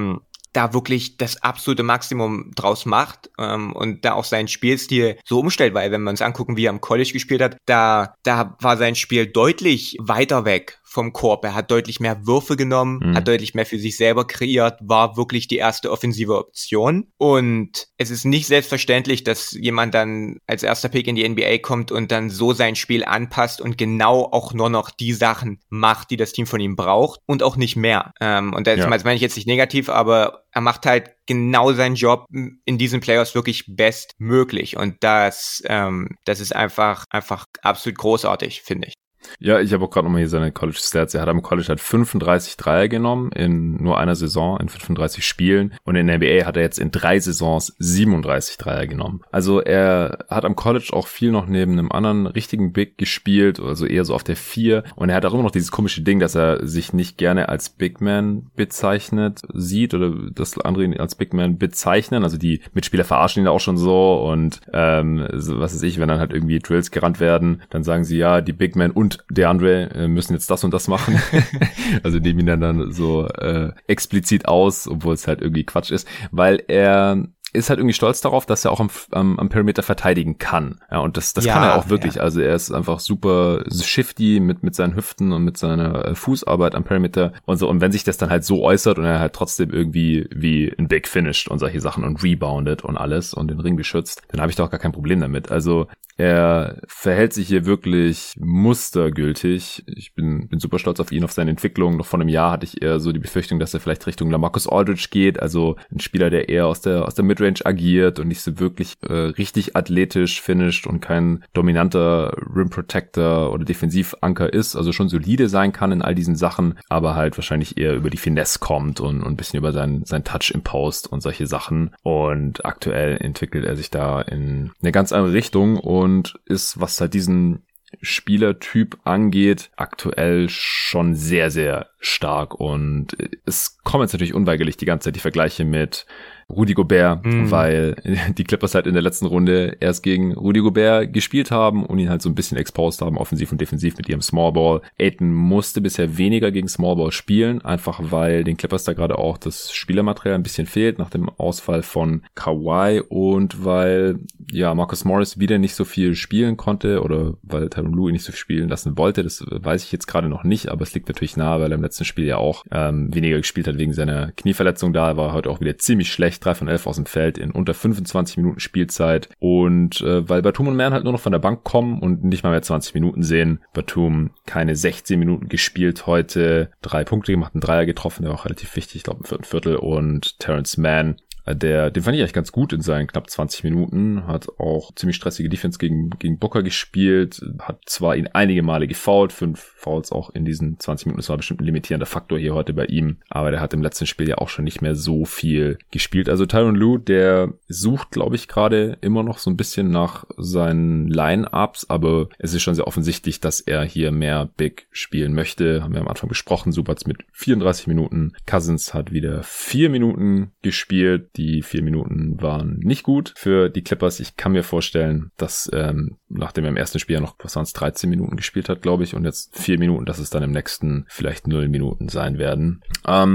da wirklich das absolute Maximum draus macht und da auch seinen Spielstil so umstellt, weil wenn wir uns angucken, wie er am College gespielt hat, da war sein Spiel deutlich weiter weg vom Korb. Er hat deutlich mehr Würfe genommen, hat deutlich mehr für sich selber kreiert, war wirklich die erste offensive Option. Und es ist nicht selbstverständlich, dass jemand dann als erster Pick in die NBA kommt und dann so sein Spiel anpasst und genau auch nur noch die Sachen macht, die das Team von ihm braucht und auch nicht mehr. Und das meine ich jetzt nicht negativ, aber er macht halt genau seinen Job in diesen Playoffs wirklich bestmöglich. Und das ist einfach absolut großartig, finde ich. Ja, ich habe auch gerade nochmal hier seine College-Stats. Er hat am College 35 Dreier genommen in nur einer Saison, in 35 Spielen. Und in der NBA hat er jetzt in 3 Saisons 37 Dreier genommen. Also er hat am College auch viel noch neben einem anderen richtigen Big gespielt, also eher so auf der 4. Und er hat auch immer noch dieses komische Ding, dass er sich nicht gerne als Big Man bezeichnet sieht oder dass andere ihn als Big Man bezeichnen. Also die Mitspieler verarschen ihn auch schon so und was weiß ich, wenn dann halt irgendwie Drills gerannt werden, dann sagen sie, ja, die Big Man und DeAndre müssen jetzt das und das machen. Also nehmen ihn dann so explizit aus, obwohl es halt irgendwie Quatsch ist, weil er ist halt irgendwie stolz darauf, dass er auch am Perimeter verteidigen kann. Ja, und das kann er auch wirklich. Ja. Also er ist einfach super shifty mit seinen Hüften und mit seiner Fußarbeit am Perimeter und so. Und wenn sich das dann halt so äußert und er halt trotzdem irgendwie wie ein Big finisht und solche Sachen und reboundet und alles und den Ring beschützt, dann habe ich doch gar kein Problem damit. Also er verhält sich hier wirklich mustergültig. Ich bin super stolz auf ihn, auf seine Entwicklung. Noch vor einem Jahr hatte ich eher so die Befürchtung, dass er vielleicht Richtung LaMarcus Aldridge geht. Also ein Spieler, der eher aus der Midrange agiert und nicht so wirklich richtig athletisch finisht und kein dominanter Rim Protector oder Defensivanker ist. Also schon solide sein kann in all diesen Sachen, aber halt wahrscheinlich eher über die Finesse kommt und ein bisschen über sein Touch im Post und solche Sachen. Und aktuell entwickelt er sich da in eine ganz andere Richtung und ist, was halt diesen Spielertyp angeht, aktuell schon sehr, sehr stark. Und es kommen jetzt natürlich unweigerlich die ganze Zeit die Vergleiche mit Rudy Gobert, weil die Clippers halt in der letzten Runde erst gegen Rudy Gobert gespielt haben und ihn halt so ein bisschen exposed haben, offensiv und defensiv mit ihrem Smallball. Ayton musste bisher weniger gegen Smallball spielen, einfach weil den Clippers da gerade auch das Spielermaterial ein bisschen fehlt nach dem Ausfall von Kawhi und weil Marcus Morris wieder nicht so viel spielen konnte oder weil Tyronn Lue ihn nicht so viel spielen lassen wollte. Das weiß ich jetzt gerade noch nicht, aber es liegt natürlich nahe, weil er im letzten Spiel ja auch weniger gespielt hat wegen seiner Knieverletzung da. Er war heute auch wieder ziemlich schlecht, 3 von 11 aus dem Feld in unter 25 Minuten Spielzeit und weil Batum und Mann halt nur noch von der Bank kommen und nicht mal mehr 20 Minuten sehen. Batum keine 16 Minuten gespielt heute, 3 Punkte gemacht, einen Dreier getroffen, der war auch relativ wichtig, ich glaube im 4. Viertel und Terrence Mann, den fand ich eigentlich ganz gut in seinen knapp 20 Minuten, hat auch ziemlich stressige Defense gegen Booker gespielt, hat zwar ihn einige Male gefoult, 5 Fouls auch in diesen 20 Minuten, das war bestimmt ein limitierender Faktor hier heute bei ihm, aber der hat im letzten Spiel ja auch schon nicht mehr so viel gespielt. Also Tyronn Lue, der sucht, glaube ich, gerade immer noch so ein bisschen nach seinen Line-Ups, aber es ist schon sehr offensichtlich, dass er hier mehr Big spielen möchte, haben wir am Anfang besprochen. Subats mit 34 Minuten, Cousins hat wieder 4 Minuten gespielt. Die 4 Minuten waren nicht gut für die Clippers. Ich kann mir vorstellen, dass nachdem er im ersten Spiel ja noch 13 Minuten gespielt hat, glaube ich, und jetzt 4 Minuten, dass es dann im nächsten vielleicht 0 Minuten sein werden.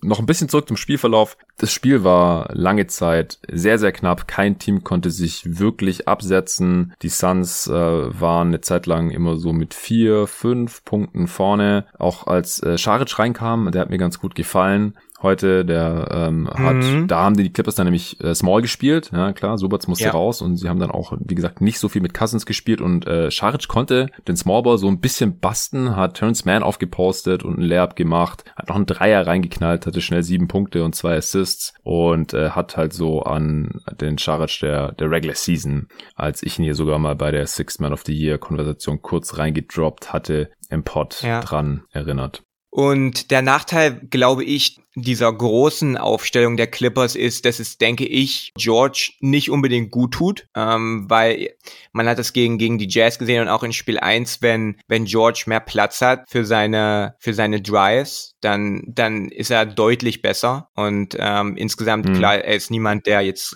noch ein bisschen zurück zum Spielverlauf. Das Spiel war lange Zeit sehr, sehr knapp. Kein Team konnte sich wirklich absetzen. Die Suns waren eine Zeit lang immer so mit 4-5 Punkten vorne. Auch als Šarić reinkam, der hat mir ganz gut gefallen. Heute, da haben die Clippers dann nämlich Small gespielt, ja klar, Zubac musste raus und sie haben dann auch, wie gesagt, nicht so viel mit Cousins gespielt und Šarić konnte den Smallball so ein bisschen basten, hat Terrence Mann aufgepostet und einen Layup gemacht, hat noch einen Dreier reingeknallt, hatte schnell 7 Punkte und 2 Assists und hat halt so an den Šarić der Regular Season, als ich ihn hier sogar mal bei der Sixth Man of the Year Konversation kurz reingedroppt hatte, im Pod dran erinnert. Und der Nachteil, glaube ich, dieser großen Aufstellung der Clippers ist, dass es, denke ich, George nicht unbedingt gut tut, weil man hat das gegen die Jazz gesehen und auch in Spiel 1, wenn George mehr Platz hat für seine Drives, dann ist er deutlich besser und insgesamt, klar, er ist niemand, der jetzt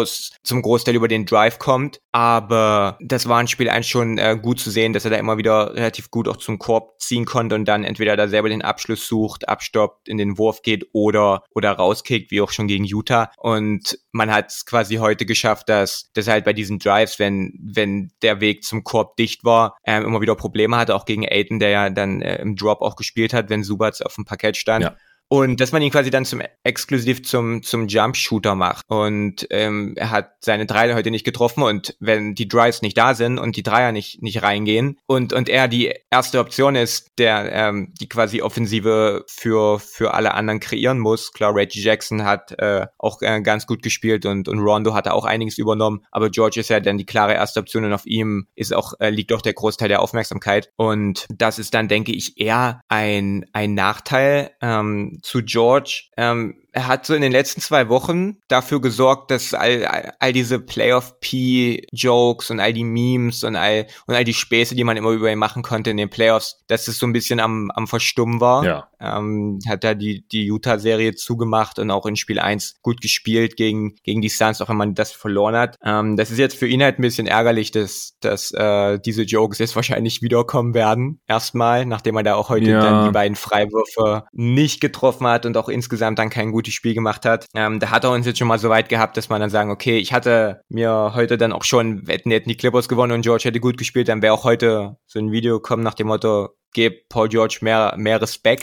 zum Großteil über den Drive kommt, aber das war in Spiel 1 schon gut zu sehen, dass er da immer wieder relativ gut auch zum Korb ziehen konnte und dann entweder da selber den Abschluss sucht, abstoppt, in den Wurf geht oder rauskickt, wie auch schon gegen Utah. Und man hat es quasi heute geschafft, dass halt bei diesen Drives, wenn der Weg zum Korb dicht war, immer wieder Probleme hatte, auch gegen Ayton, der ja dann im Drop auch gespielt hat, wenn Zubac auf dem Parkett stand. Ja. Und dass man ihn quasi dann exklusiv zum Jump-Shooter macht. Und er hat seine Dreier heute nicht getroffen und wenn die Drives nicht da sind und die Dreier nicht reingehen und er die erste Option ist, der die quasi Offensive für alle anderen kreieren muss. Klar, Reggie Jackson hat auch ganz gut gespielt und Rondo hatte auch einiges übernommen, aber George ist ja dann die klare erste Option und auf ihm liegt auch der Großteil der Aufmerksamkeit. Und das ist dann, denke ich, eher ein Nachteil zu George. Er hat so in den letzten 2 Wochen dafür gesorgt, dass all diese Playoff-P-Jokes und all die Memes und all die Späße, die man immer über ihn machen konnte in den Playoffs, dass es so ein bisschen am Verstummen war. Ja. Hat da die Utah-Serie zugemacht und auch in Spiel 1 gut gespielt gegen die Suns, auch wenn man das verloren hat. Das ist jetzt für ihn halt ein bisschen ärgerlich, dass diese Jokes jetzt wahrscheinlich wiederkommen werden. Erstmal, nachdem er da auch heute dann die beiden Freiwürfe nicht getroffen hat und auch insgesamt dann kein gutes Spiel gemacht hat. Da hat er uns jetzt schon mal so weit gehabt, dass man dann sagen, okay, ich hatte mir heute dann auch schon, hätten die Clippers gewonnen und George hätte gut gespielt, dann wäre auch heute so ein Video gekommen nach dem Motto, gebt Paul George mehr Respekt.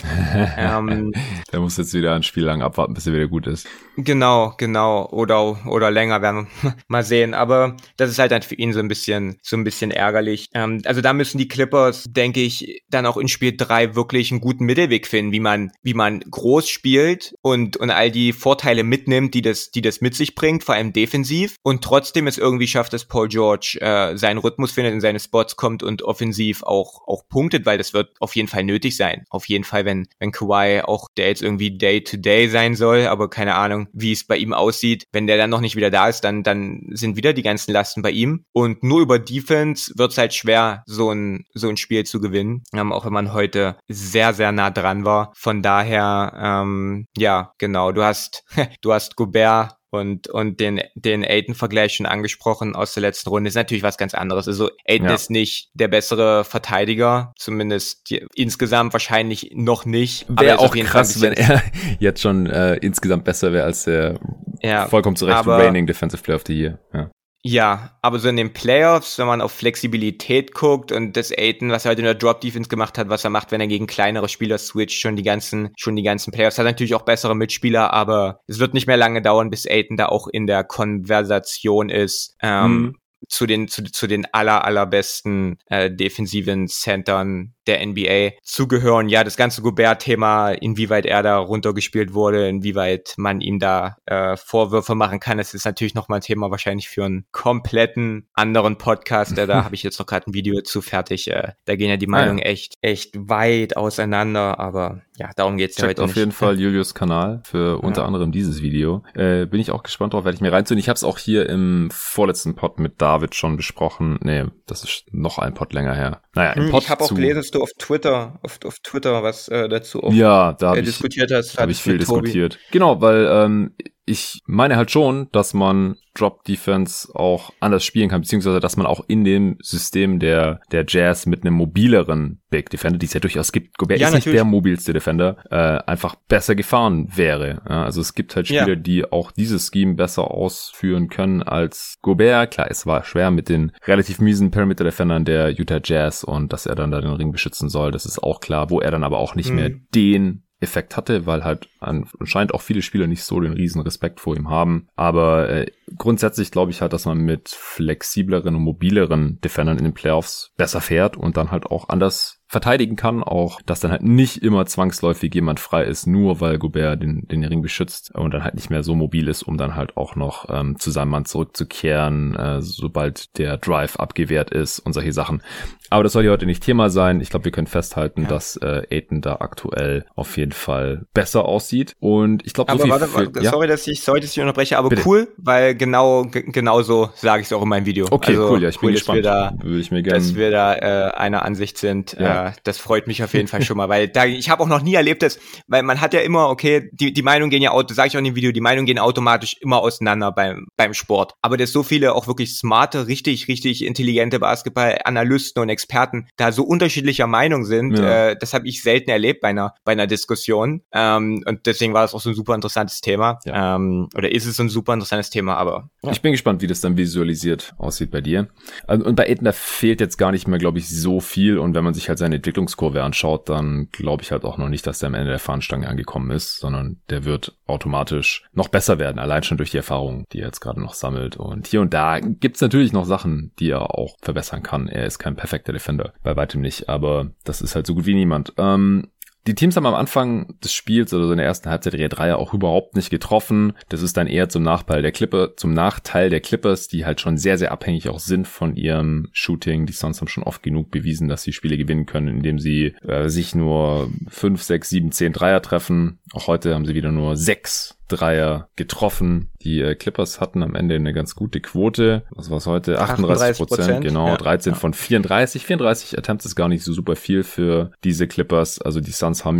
Der muss jetzt wieder ein Spiel lang abwarten, bis er wieder gut ist. Genau. Oder länger, werden wir mal sehen. Aber das ist halt dann für ihn so ein bisschen ärgerlich. Also da müssen die Clippers, denke ich, dann auch in Spiel 3 wirklich einen guten Mittelweg finden, wie man groß spielt und all die Vorteile mitnimmt, die das mit sich bringt, vor allem defensiv, und trotzdem es irgendwie schafft, dass Paul George seinen Rhythmus findet, in seine Spots kommt und offensiv auch punktet, weil das wird auf jeden Fall nötig sein. Auf jeden Fall, wenn Kawhi auch, der jetzt irgendwie Day-to-Day sein soll, aber keine Ahnung, wie es bei ihm aussieht, wenn der dann noch nicht wieder da ist, dann sind wieder die ganzen Lasten bei ihm. Und nur über Defense wird es halt schwer, so ein Spiel zu gewinnen, auch wenn man heute sehr, sehr nah dran war. Von daher, ja, genau, du hast Gobert und den Ayton-Vergleich schon angesprochen aus der letzten Runde, ist natürlich was ganz anderes. Also Ayton ist nicht der bessere Verteidiger, zumindest insgesamt wahrscheinlich noch nicht. Wäre auch krass, wenn er jetzt schon insgesamt besser wäre als der vollkommen zu Recht reigning Defensive Player of the Year. Ja, aber so in den Playoffs, wenn man auf Flexibilität guckt und das Ayton, was er heute in der Drop-Defense gemacht hat, was er macht, wenn er gegen kleinere Spieler switcht, schon die ganzen Playoffs, hat natürlich auch bessere Mitspieler, aber es wird nicht mehr lange dauern, bis Ayton da auch in der Konversation ist, zu den allerbesten defensiven Centern der NBA zu gehören. Ja, das ganze Gobert-Thema, inwieweit er da runtergespielt wurde, inwieweit man ihm da Vorwürfe machen kann, das ist natürlich nochmal ein Thema wahrscheinlich für einen kompletten anderen Podcast. Da habe ich jetzt noch gerade ein Video zu fertig. Da gehen ja die Meinungen echt weit auseinander, aber ja, darum geht's ja heute nicht. Auf jeden Fall Julius Kanal für unter anderem dieses Video. Bin ich auch gespannt drauf, werde ich mir reinziehen. Ich habe es auch hier im vorletzten Pod mit David schon besprochen. Nee, das ist noch ein Pod länger her. Naja, im Pod ich habe auch gelesen, dass du auf Twitter was dazu da diskutiert hast. Habe ich viel diskutiert. Genau, weil ich meine halt schon, dass man Drop Defense auch anders spielen kann, beziehungsweise dass man auch in dem System der Jazz mit einem mobileren Big Defender, die es ja durchaus gibt, Gobert ist nicht der mobilste Defender, einfach besser gefahren wäre. Ja, also es gibt halt Spieler, die auch dieses Scheme besser ausführen können als Gobert. Klar, es war schwer mit den relativ miesen Perimeter-Defendern der Utah Jazz und dass er dann da den Ring beschützen soll, das ist auch klar, wo er dann aber auch nicht mehr den Effekt hatte, weil halt anscheinend auch viele Spieler nicht so den riesen Respekt vor ihm haben. Aber grundsätzlich glaube ich halt, dass man mit flexibleren und mobileren Defendern in den Playoffs besser fährt und dann halt auch anders verteidigen kann, auch dass dann halt nicht immer zwangsläufig jemand frei ist, nur weil Gobert den Ring beschützt und dann halt nicht mehr so mobil ist, um dann halt auch noch zu seinem Mann zurückzukehren, sobald der Drive abgewehrt ist und solche Sachen. Aber das soll hier heute nicht Thema sein. Ich glaube, wir können festhalten, dass Ayton da aktuell auf jeden Fall besser aussieht. Und ich glaube, so viel... Sorry, dass ich unterbreche, aber bitte. Cool, weil genau so sage ich es auch in meinem Video. Okay, also, cool, ja, ich bin gespannt. Dass wir da einer Ansicht sind. Ja. Das freut mich auf jeden Fall schon mal, weil ich habe auch noch nie erlebt, weil man hat ja immer, okay, die Meinungen gehen ja, das sage ich auch in dem Video, die Meinungen gehen automatisch immer auseinander beim Sport. Aber dass so viele auch wirklich smarte, richtig intelligente Basketball-Analysten und Experten da so unterschiedlicher Meinung sind, das habe ich selten erlebt bei einer Diskussion. Und deswegen war das auch so ein super interessantes Thema. Ja. Oder ist es so ein super interessantes Thema, aber... Ja. Ich bin gespannt, wie das dann visualisiert aussieht bei dir. Und bei Ayton, da fehlt jetzt gar nicht mehr, glaube ich, so viel. Und wenn man sich halt seine Entwicklungskurve anschaut, dann glaube ich halt auch noch nicht, dass der am Ende der Fahnenstange angekommen ist, sondern der wird automatisch noch besser werden, allein schon durch die Erfahrung, die er jetzt gerade noch sammelt. Und hier und da gibt's natürlich noch Sachen, die er auch verbessern kann. Er ist kein perfekter Defender, bei weitem nicht, aber das ist halt so gut wie niemand. Die Teams haben am Anfang des Spiels oder so in der ersten Halbzeit ihre Dreier auch überhaupt nicht getroffen. Das ist dann eher zum Nachteil der Clippers, die halt schon sehr, sehr abhängig auch sind von ihrem Shooting. Die Suns haben schon oft genug bewiesen, dass sie Spiele gewinnen können, indem sie sich nur 5, 6, 7, 10 Dreier treffen. Auch heute haben sie wieder nur 6 Dreier getroffen. Die Clippers hatten am Ende eine ganz gute Quote. Was war es heute? 38%. Genau, ja, 13 von 34. 34 Attempts ist gar nicht so super viel für diese Clippers. Also die Suns haben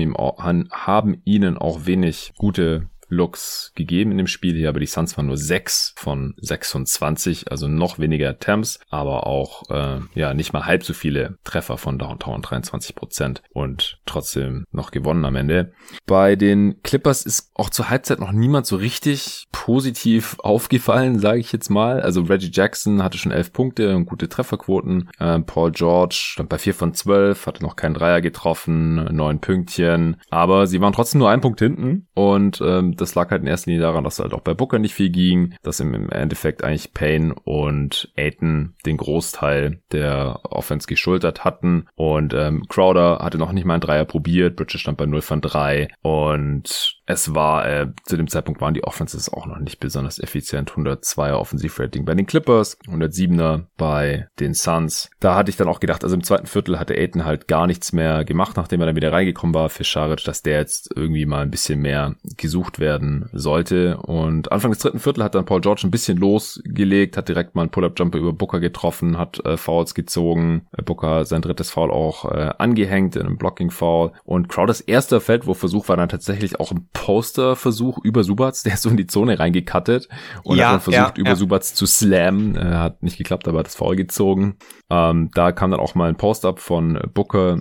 ihnen auch wenig gute Looks gegeben in dem Spiel hier, aber die Suns waren nur 6 von 26, also noch weniger Attempts, aber auch nicht mal halb so viele Treffer von Downtown, 23% und trotzdem noch gewonnen am Ende. Bei den Clippers ist auch zur Halbzeit noch niemand so richtig positiv aufgefallen, sage ich jetzt mal. Also Reggie Jackson hatte schon 11 Punkte und gute Trefferquoten. Paul George stand bei 4 von 12, hatte noch keinen Dreier getroffen, 9 Pünktchen, aber sie waren trotzdem nur 1 Punkt hinten und das lag halt in erster Linie daran, dass halt auch bei Booker nicht viel ging, dass im Endeffekt eigentlich Payne und Ayton den Großteil der Offense geschultert hatten und Crowder hatte noch nicht mal einen Dreier probiert, Bridges stand bei 0 von 3 und es war, zu dem Zeitpunkt waren die Offenses auch noch nicht besonders effizient. 102er Offensivrating bei den Clippers, 107er bei den Suns. Da hatte ich dann auch gedacht, also im zweiten Viertel hatte Ayton halt gar nichts mehr gemacht, nachdem er dann wieder reingekommen war für Šarić, dass der jetzt irgendwie mal ein bisschen mehr gesucht werden sollte. Und Anfang des dritten Viertel hat dann Paul George ein bisschen losgelegt, hat direkt mal einen Pull-Up-Jumper über Booker getroffen, hat Fouls gezogen. Booker sein drittes Foul auch angehängt in einem Blocking-Foul. Und Crowders erster Feldwurfversuch war dann tatsächlich auch ein Poster-Versuch über Subats, der ist so in die Zone reingekattet und hat dann versucht, über Subats zu slammen. Hat nicht geklappt, aber hat das Foul gezogen. Da kam dann auch mal ein Post-Up von Booker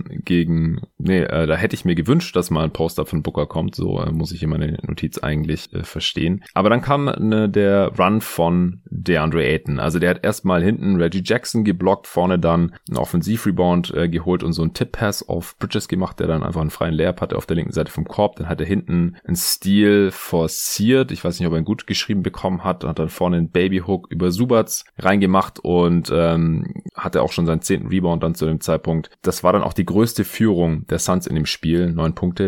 da hätte ich mir gewünscht, dass mal ein Post-Up von Booker kommt. So muss ich in meine Notiz eigentlich verstehen. Aber dann kam der Run von DeAndre Ayton. Also der hat erstmal hinten Reggie Jackson geblockt, vorne dann einen Offensiv-Rebound geholt und so einen Tip-Pass auf Bridges gemacht, der dann einfach einen freien Layup hatte auf der linken Seite vom Korb. Dann hat er hinten einen Steal forciert. Ich weiß nicht, ob er ihn gut geschrieben bekommen hat. Hat dann vorne einen Babyhook über Subats reingemacht und hatte auch schon seinen 10. Rebound dann zu dem Zeitpunkt. Das war dann auch die größte Führung der Suns in dem Spiel. 9 Punkte,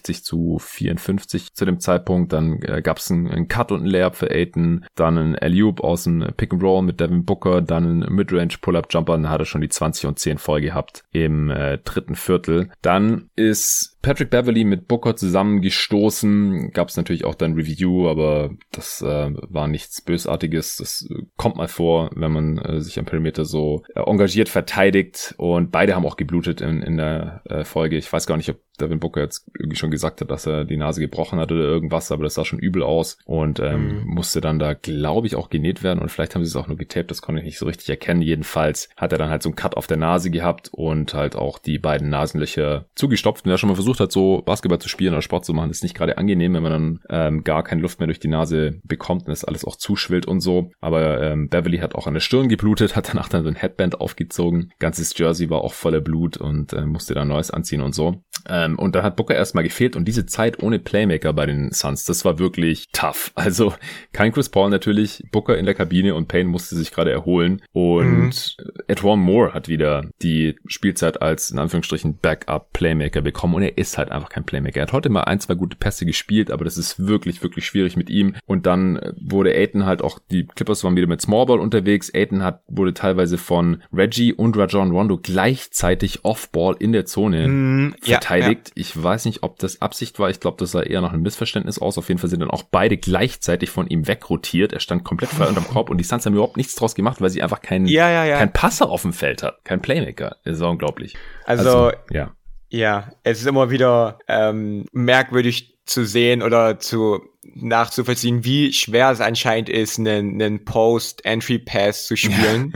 63-54 zu dem Zeitpunkt. Dann gab es einen Cut und einen Layup für Ayton. Dann einen Alley-Oop aus dem Pick-and-Roll mit Devin Booker. Dann einen Midrange-Pull-Up-Jumper. Dann hat er schon die 20 und 10 voll gehabt im dritten Viertel. Dann ist Patrick Beverley mit Booker zusammengestoßen. Gab es natürlich auch dann Review, aber das war nichts Bösartiges. Das kommt mal vor, wenn man sich am Perimeter so engagiert verteidigt und beide haben auch geblutet in der Folge. Ich weiß gar nicht, ob Devin Booker jetzt irgendwie schon gesagt hat, dass er die Nase gebrochen hat oder irgendwas, aber das sah schon übel aus und musste dann da, glaube ich, auch genäht werden und vielleicht haben sie es auch nur getaped, das konnte ich nicht so richtig erkennen. Jedenfalls hat er dann halt so einen Cut auf der Nase gehabt und halt auch die beiden Nasenlöcher zugestopft. Und wer schon mal versucht hat, so Basketball zu spielen oder Sport zu machen, ist nicht gerade angenehm, wenn man dann gar keine Luft mehr durch die Nase bekommt und das alles auch zuschwillt und so. Aber Beverly hat auch an der Stirn geblutet, hat danach dann so ein Headband aufgezogen. Ganzes Jersey war auch voller Blut und musste dann Neues anziehen und so. Und dann hat Booker erstmal gefehlt und diese Zeit ohne Playmaker bei den Suns, das war wirklich tough. Also kein Chris Paul natürlich, Booker in der Kabine und Payne musste sich gerade erholen und E'Twaun Moore hat wieder die Spielzeit als in Anführungsstrichen Backup-Playmaker bekommen und er ist halt einfach kein Playmaker. Er hat heute mal 1-2 gute Pässe gespielt, aber das ist wirklich, wirklich schwierig mit ihm und dann wurde Ayton halt auch, die Clippers waren wieder mit Smallball unterwegs, Ayton wurde teilweise von Reggie und Rajon Rondo gleichzeitig Off-Ball in der Zone verteidigt. Ja. Ich weiß nicht, ob das Absicht war. Ich glaube, das sah eher nach einem Missverständnis aus. Auf jeden Fall sind dann auch beide gleichzeitig von ihm wegrotiert. Er stand komplett frei unterm Korb und die Suns haben überhaupt nichts draus gemacht, weil sie einfach keinen Passer auf dem Feld hat. Kein Playmaker. Das ist unglaublich. Also ja, es ist immer wieder merkwürdig zu sehen oder nachzuvollziehen, wie schwer es anscheinend ist, einen Post-Entry-Pass zu spielen.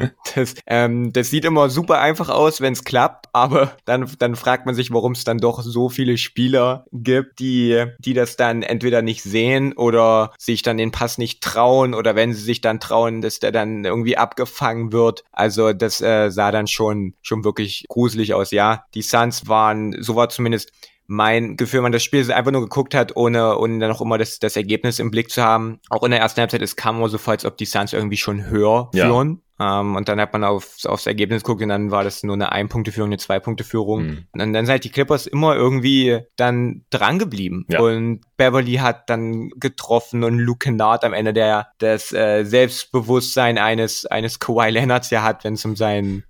Das sieht immer super einfach aus, wenn es klappt, aber dann fragt man sich, warum es dann doch so viele Spieler gibt, die das dann entweder nicht sehen oder sich dann den Pass nicht trauen oder wenn sie sich dann trauen, dass der dann irgendwie abgefangen wird. Also das sah dann schon wirklich gruselig aus. Ja, die Suns so war zumindest mein Gefühl, wenn man das Spiel einfach nur geguckt hat, ohne dann auch immer das Ergebnis im Blick zu haben. Auch in der ersten Halbzeit, es kam immer so vor, als ob die Suns irgendwie schon höher führen. Und dann hat man aufs Ergebnis geguckt und dann war das nur eine 1-Punkte-Führung, eine 2-Punkte-Führung. Und dann sind halt die Clippers immer irgendwie dann dran geblieben. Ja. Und Beverly hat dann getroffen und Luke Kennard am Ende, der das Selbstbewusstsein eines Kawhi Leonards ja hat, wenn es um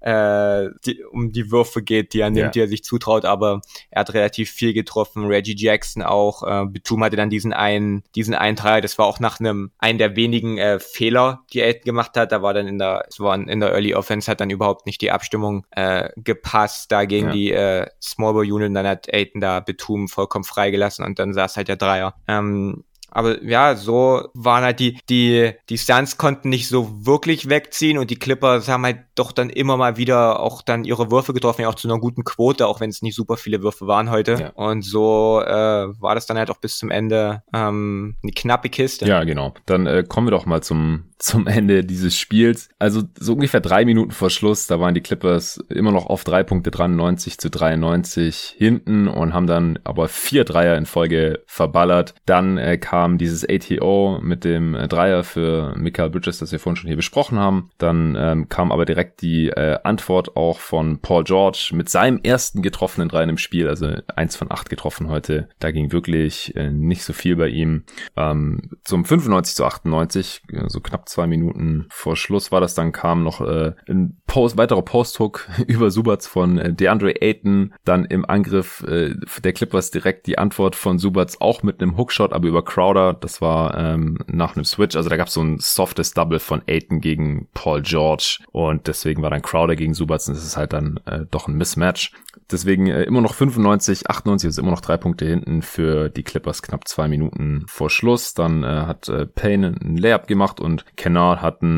um die Würfe geht, die er nimmt, die er sich zutraut. Aber er hat relativ viel getroffen. Reggie Jackson auch. Batum hatte dann diesen einen Dreier. Das war auch nach einen der wenigen Fehler, die Ayton gemacht hat. Da war dann in der Early Offense hat dann überhaupt nicht die Abstimmung gepasst da gegen die Small Ball Unit und dann hat Ayton da Batum vollkommen freigelassen und dann saß halt der Dreier. Aber ja, so waren halt die Suns konnten nicht so wirklich wegziehen und die Clippers haben halt doch dann immer mal wieder auch dann ihre Würfe getroffen, ja auch zu einer guten Quote, auch wenn es nicht super viele Würfe waren heute. Ja. Und so war das dann halt auch bis zum Ende eine knappe Kiste. Ja, genau. Dann kommen wir doch mal zum Ende dieses Spiels. Also so ungefähr 3 Minuten vor Schluss, da waren die Clippers immer noch auf 3 Punkte dran, 90-93 hinten und haben dann aber 4 Dreier in Folge verballert. Dann kam dieses ATO mit dem Dreier für Mikal Bridges, das wir vorhin schon hier besprochen haben. Dann kam aber direkt die Antwort auch von Paul George mit seinem ersten getroffenen Dreier im Spiel, also 1 von 8 getroffen heute. Da ging wirklich nicht so viel bei ihm. Zum 95-98, so knapp 2 Minuten vor Schluss war das, dann kam noch ein weiterer Post-Hook über Subats von DeAndre Ayton. Dann im Angriff der Clippers direkt die Antwort von Subats auch mit einem Hookshot, aber über Crowder. Das war nach einem Switch. Also da gab es so ein softes Double von Ayton gegen Paul George und deswegen war dann Crowder gegen Subats und das ist halt dann doch ein Mismatch. Deswegen immer noch 95-98, also immer noch 3 Punkte hinten für die Clippers, knapp 2 Minuten vor Schluss. Dann hat Payne einen Layup gemacht und Kennard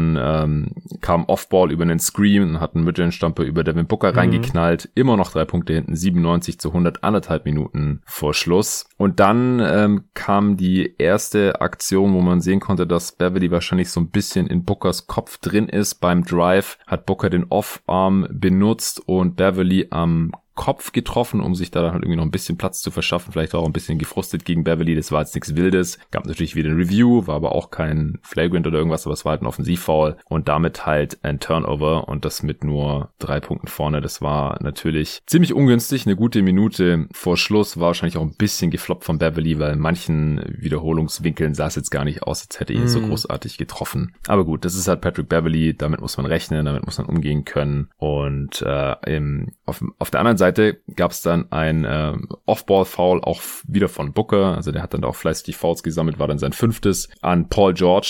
kam Offball über einen Screen und hat einen Midrange-Jumper über Devin Booker reingeknallt. Immer noch 3 Punkte hinten, 97-100, 1,5 Minuten vor Schluss. Und dann kam die erste Aktion, wo man sehen konnte, dass Beverly wahrscheinlich so ein bisschen in Bookers Kopf drin ist. Beim Drive hat Booker den Off-Arm benutzt und Beverly am Kopf getroffen, um sich da dann halt irgendwie noch ein bisschen Platz zu verschaffen, vielleicht auch ein bisschen gefrustet gegen Beverly, das war jetzt nichts Wildes, gab natürlich wieder ein Review, war aber auch kein Flagrant oder irgendwas, aber es war halt ein Offensivfoul und damit halt ein Turnover und das mit nur 3 Punkten vorne, das war natürlich ziemlich ungünstig, eine gute Minute vor Schluss, war wahrscheinlich auch ein bisschen gefloppt von Beverly, weil in manchen Wiederholungswinkeln sah es jetzt gar nicht aus, als hätte ihn so großartig getroffen, aber gut, das ist halt Patrick Beverly, damit muss man rechnen, damit muss man umgehen können und auf der anderen Seite gab es dann ein Off-Ball-Foul auch wieder von Booker, also der hat dann auch fleißig die Fouls gesammelt, war dann sein 5. an Paul George.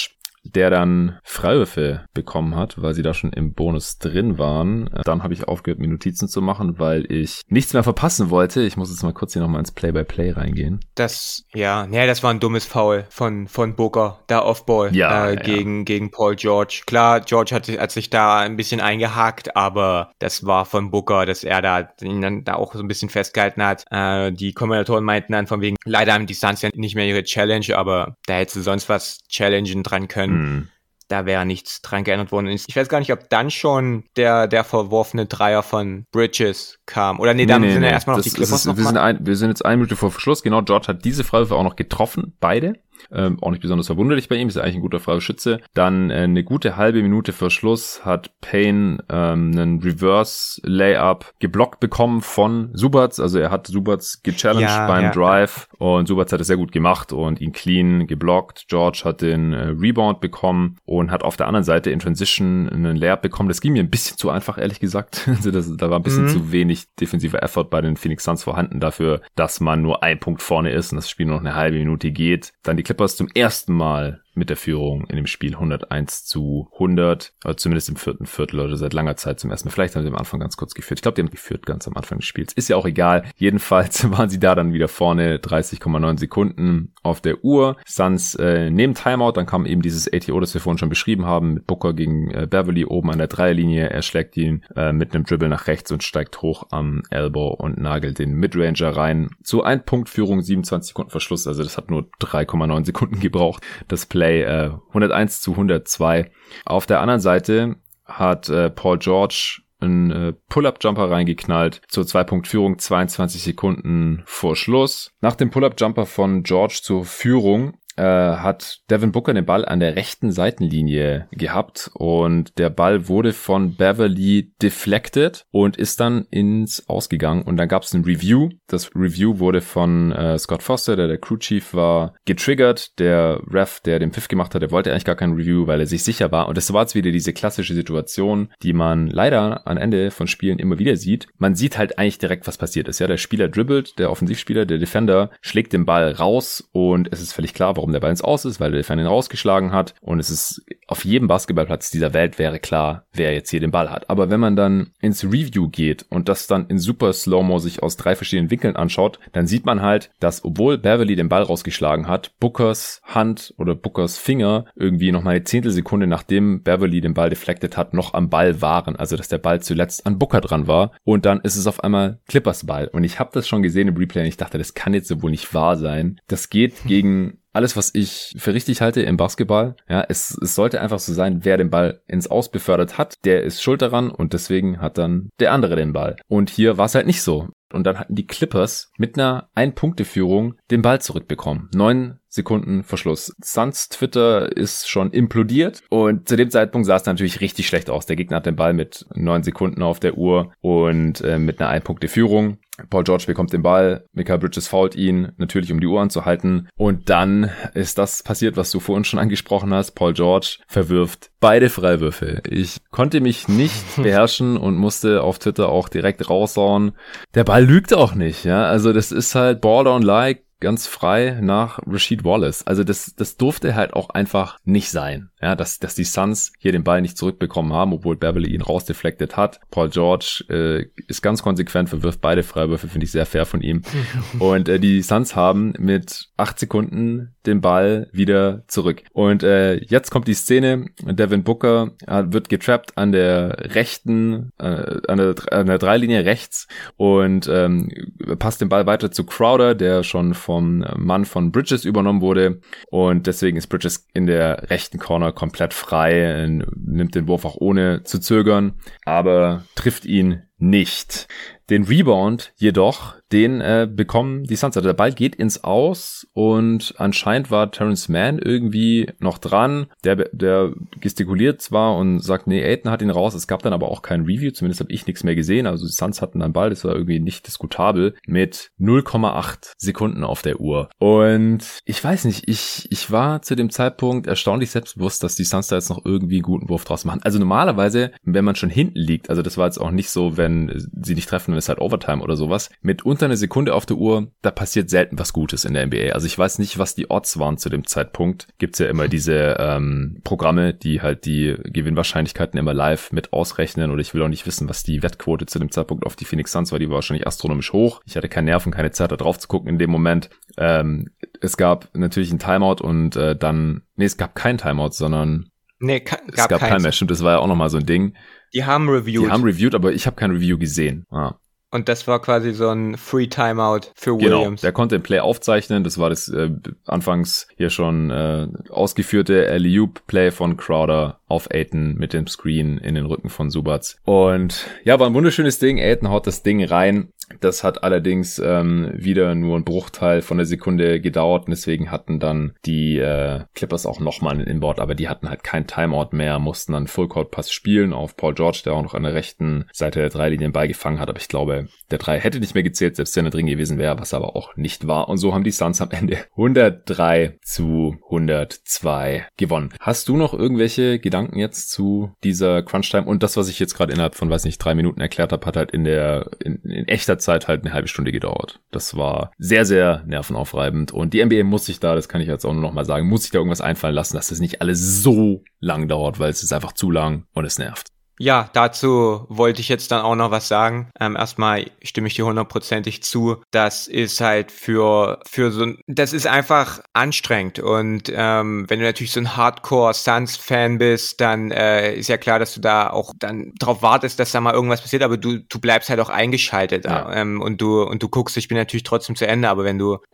der dann Freiwürfe bekommen hat, weil sie da schon im Bonus drin waren. Dann habe ich aufgehört, mir Notizen zu machen, weil ich nichts mehr verpassen wollte. Ich muss jetzt mal kurz hier nochmal ins Play-by-Play reingehen. Das war ein dummes Foul von Booker, da Off-Ball gegen Paul George. Klar, George hat sich da ein bisschen eingehakt, aber das war von Booker, dass er ihn dann da auch so ein bisschen festgehalten hat. Die Kommentatoren meinten dann von wegen, leider haben die Suns ja nicht mehr ihre Challenge, aber da hättest du sonst was challengen dran können. Da wäre nichts dran geändert worden. Ich weiß gar nicht, ob dann schon der verworfene Dreier von Bridges kam. Oder sind ja erstmal noch die Clippers noch mal. Wir sind jetzt 1 Minute vor Verschluss. Genau, George hat diese Freiwürfe auch noch getroffen, beide. Auch nicht besonders verwunderlich bei ihm, ist ja eigentlich ein guter Freiwurfschütze. Dann eine gute halbe Minute vor Schluss hat Payne einen Reverse-Layup geblockt bekommen von Zubac. Also er hat Zubac gechallenged beim Drive und Zubac hat es sehr gut gemacht und ihn clean geblockt. George hat den Rebound bekommen und hat auf der anderen Seite in Transition einen Layup bekommen. Das ging mir ein bisschen zu einfach, ehrlich gesagt. Also da war ein bisschen zu wenig defensiver Effort bei den Phoenix Suns vorhanden dafür, dass man nur 1 Punkt vorne ist und das Spiel nur noch eine halbe Minute geht. Dann die Clippers zum ersten Mal mit der Führung in dem Spiel 101-100, also zumindest im 4. Viertel oder seit langer Zeit zum ersten Mal. Vielleicht haben sie am Anfang ganz kurz geführt. Ich glaube, die haben geführt ganz am Anfang des Spiels. Ist ja auch egal. Jedenfalls waren sie da dann wieder vorne, 30,9 Sekunden auf der Uhr. Suns nehmen Timeout, dann kam eben dieses ATO, das wir vorhin schon beschrieben haben, mit Booker gegen Beverly oben an der Dreierlinie. Er schlägt ihn mit einem Dribble nach rechts und steigt hoch am Elbow und nagelt den Midranger rein. Zu 1 Punkt Führung, 27 Sekunden Verschluss. Also das hat nur 3,9 Sekunden gebraucht. Das Play 101-102. Auf der anderen Seite hat Paul George einen Pull-Up-Jumper reingeknallt zur 2-Punkt-Führung, 22 Sekunden vor Schluss. Nach dem Pull-Up-Jumper von George zur Führung hat Devin Booker den Ball an der rechten Seitenlinie gehabt und der Ball wurde von Beverly deflected und ist dann ins Ausgegangen und dann gab es ein Review. Das Review wurde von Scott Foster, der Crew Chief war, getriggert. Der Ref, der den Pfiff gemacht hat, der wollte eigentlich gar kein Review, weil er sich sicher war und das war jetzt wieder diese klassische Situation, die man leider am Ende von Spielen immer wieder sieht. Man sieht halt eigentlich direkt, was passiert ist. Ja, der Spieler dribbelt, der Offensivspieler, der Defender schlägt den Ball raus und es ist völlig klar, warum der Ball ins Aus ist, weil der Defender ihn rausgeschlagen hat und es ist auf jedem Basketballplatz dieser Welt wäre klar, wer jetzt hier den Ball hat. Aber wenn man dann ins Review geht und das dann in super Slow-Mo sich aus 3 verschiedenen Winkeln anschaut, dann sieht man halt, dass obwohl Beverly den Ball rausgeschlagen hat, Bookers Hand oder Bookers Finger irgendwie noch mal eine Zehntelsekunde nachdem Beverly den Ball deflected hat, noch am Ball waren. Also dass der Ball zuletzt an Booker dran war und dann ist es auf einmal Clippers Ball. Und ich habe das schon gesehen im Replay und ich dachte, das kann jetzt so wohl nicht wahr sein. Das geht gegen alles, was ich für richtig halte im Basketball. Ja, es sollte einfach so sein, wer den Ball ins Aus befördert hat, der ist schuld daran und deswegen hat dann der andere den Ball. Und hier war es halt nicht so. Und dann hatten die Clippers mit einer 1-Punkte-Führung den Ball zurückbekommen. 9 Sekunden Verschluss. Suns Twitter ist schon implodiert und zu dem Zeitpunkt sah es natürlich richtig schlecht aus. Der Gegner hat den Ball mit 9 Sekunden auf der Uhr und mit einer 1-Punkte-Führung. Paul George bekommt den Ball, Mikal Bridges foult ihn, natürlich um die Uhr anzuhalten. Und dann ist das passiert, was du vorhin schon angesprochen hast. Paul George verwirft beide Freiwürfe. Ich konnte mich nicht beherrschen und musste auf Twitter auch direkt raushauen. Der Ball lügt auch nicht, ja. Also das ist halt Ball-Down-like, ganz frei nach Rasheed Wallace. Also das durfte halt auch einfach nicht sein. Ja, dass die Suns hier den Ball nicht zurückbekommen haben, obwohl Beverly ihn rausdeflected hat. Paul George ist ganz konsequent, verwirft beide Freiwürfe, finde ich sehr fair von ihm. Und die Suns haben mit 8 Sekunden den Ball wieder zurück. Und jetzt kommt die Szene. Devin Booker wird getrappt an der rechten, an der Dreilinie rechts und passt den Ball weiter zu Crowder, der schon vom Mann von Bridges übernommen wurde. Und deswegen ist Bridges in der rechten Corner komplett frei, nimmt den Wurf auch ohne zu zögern, aber trifft ihn nicht. Den Rebound jedoch, den bekommen die Suns. Also der Ball geht ins Aus und anscheinend war Terrence Mann irgendwie noch dran. Der gestikuliert zwar und sagt, nee, Ayton hat ihn raus. Es gab dann aber auch kein Review, zumindest habe ich nichts mehr gesehen. Also die Suns hatten einen Ball, das war irgendwie nicht diskutabel, mit 0,8 Sekunden auf der Uhr. Und ich weiß nicht, ich war zu dem Zeitpunkt erstaunlich selbstbewusst, dass die Suns da jetzt noch irgendwie einen guten Wurf draus machen. Also normalerweise, wenn man schon hinten liegt, also das war jetzt auch nicht so, wenn sie nicht treffen, dann ist halt Overtime oder sowas. Mit unter einer Sekunde auf der Uhr, da passiert selten was Gutes in der NBA. Also ich weiß nicht, was die Odds waren zu dem Zeitpunkt. Gibt's ja immer diese Programme, die halt die Gewinnwahrscheinlichkeiten immer live mit ausrechnen, oder ich will auch nicht wissen, was die Wettquote zu dem Zeitpunkt auf die Phoenix Suns war. Die war wahrscheinlich astronomisch hoch. Ich hatte keinen Nerv und keine Zeit, da drauf zu gucken in dem Moment. Es gab natürlich ein Timeout und es gab kein Timeout, sondern es gab keinen mehr. Stimmt, das war ja auch nochmal so ein Ding. Die haben reviewed, aber ich habe kein Review gesehen. Und das war quasi so ein Free Timeout für Williams. Genau, der konnte den Play aufzeichnen. Das war das anfangs hier schon ausgeführte Alley-oop-Play von Crowder auf Ayton mit dem Screen in den Rücken von Subats. Und ja, war ein wunderschönes Ding. Ayton haut das Ding rein. Das hat allerdings wieder nur ein Bruchteil von der Sekunde gedauert. Und deswegen hatten dann die Clippers auch nochmal einen Inboard. Aber die hatten halt kein Timeout mehr, mussten dann Full-Court-Pass spielen auf Paul George, der auch noch an der rechten Seite der Dreilinie Ball gefangen hat. Aber ich glaube, der 3 hätte nicht mehr gezählt, selbst wenn er drin gewesen wäre, was aber auch nicht war. Und so haben die Suns am Ende 103-102 gewonnen. Hast du noch irgendwelche Gedanken jetzt zu dieser Crunch-Time? Und das, was ich jetzt gerade innerhalb von, 3 Minuten erklärt habe, hat halt in echter Zeit halt eine halbe Stunde gedauert. Das war sehr, sehr nervenaufreibend. Und die NBA muss sich da, das kann ich jetzt auch nur noch mal sagen, muss sich da irgendwas einfallen lassen, dass das nicht alles so lang dauert, weil es ist einfach zu lang und es nervt. Ja, dazu wollte ich jetzt dann auch noch was sagen. Erstmal stimme ich dir 100%ig zu. Das ist halt das ist einfach anstrengend. Und wenn du natürlich so ein Hardcore-Suns-Fan bist, dann ist ja klar, dass du da auch dann drauf wartest, dass da mal irgendwas passiert, aber du bleibst halt auch eingeschaltet. Ja. Und du guckst, ich bin natürlich trotzdem zu Ende, aber wenn du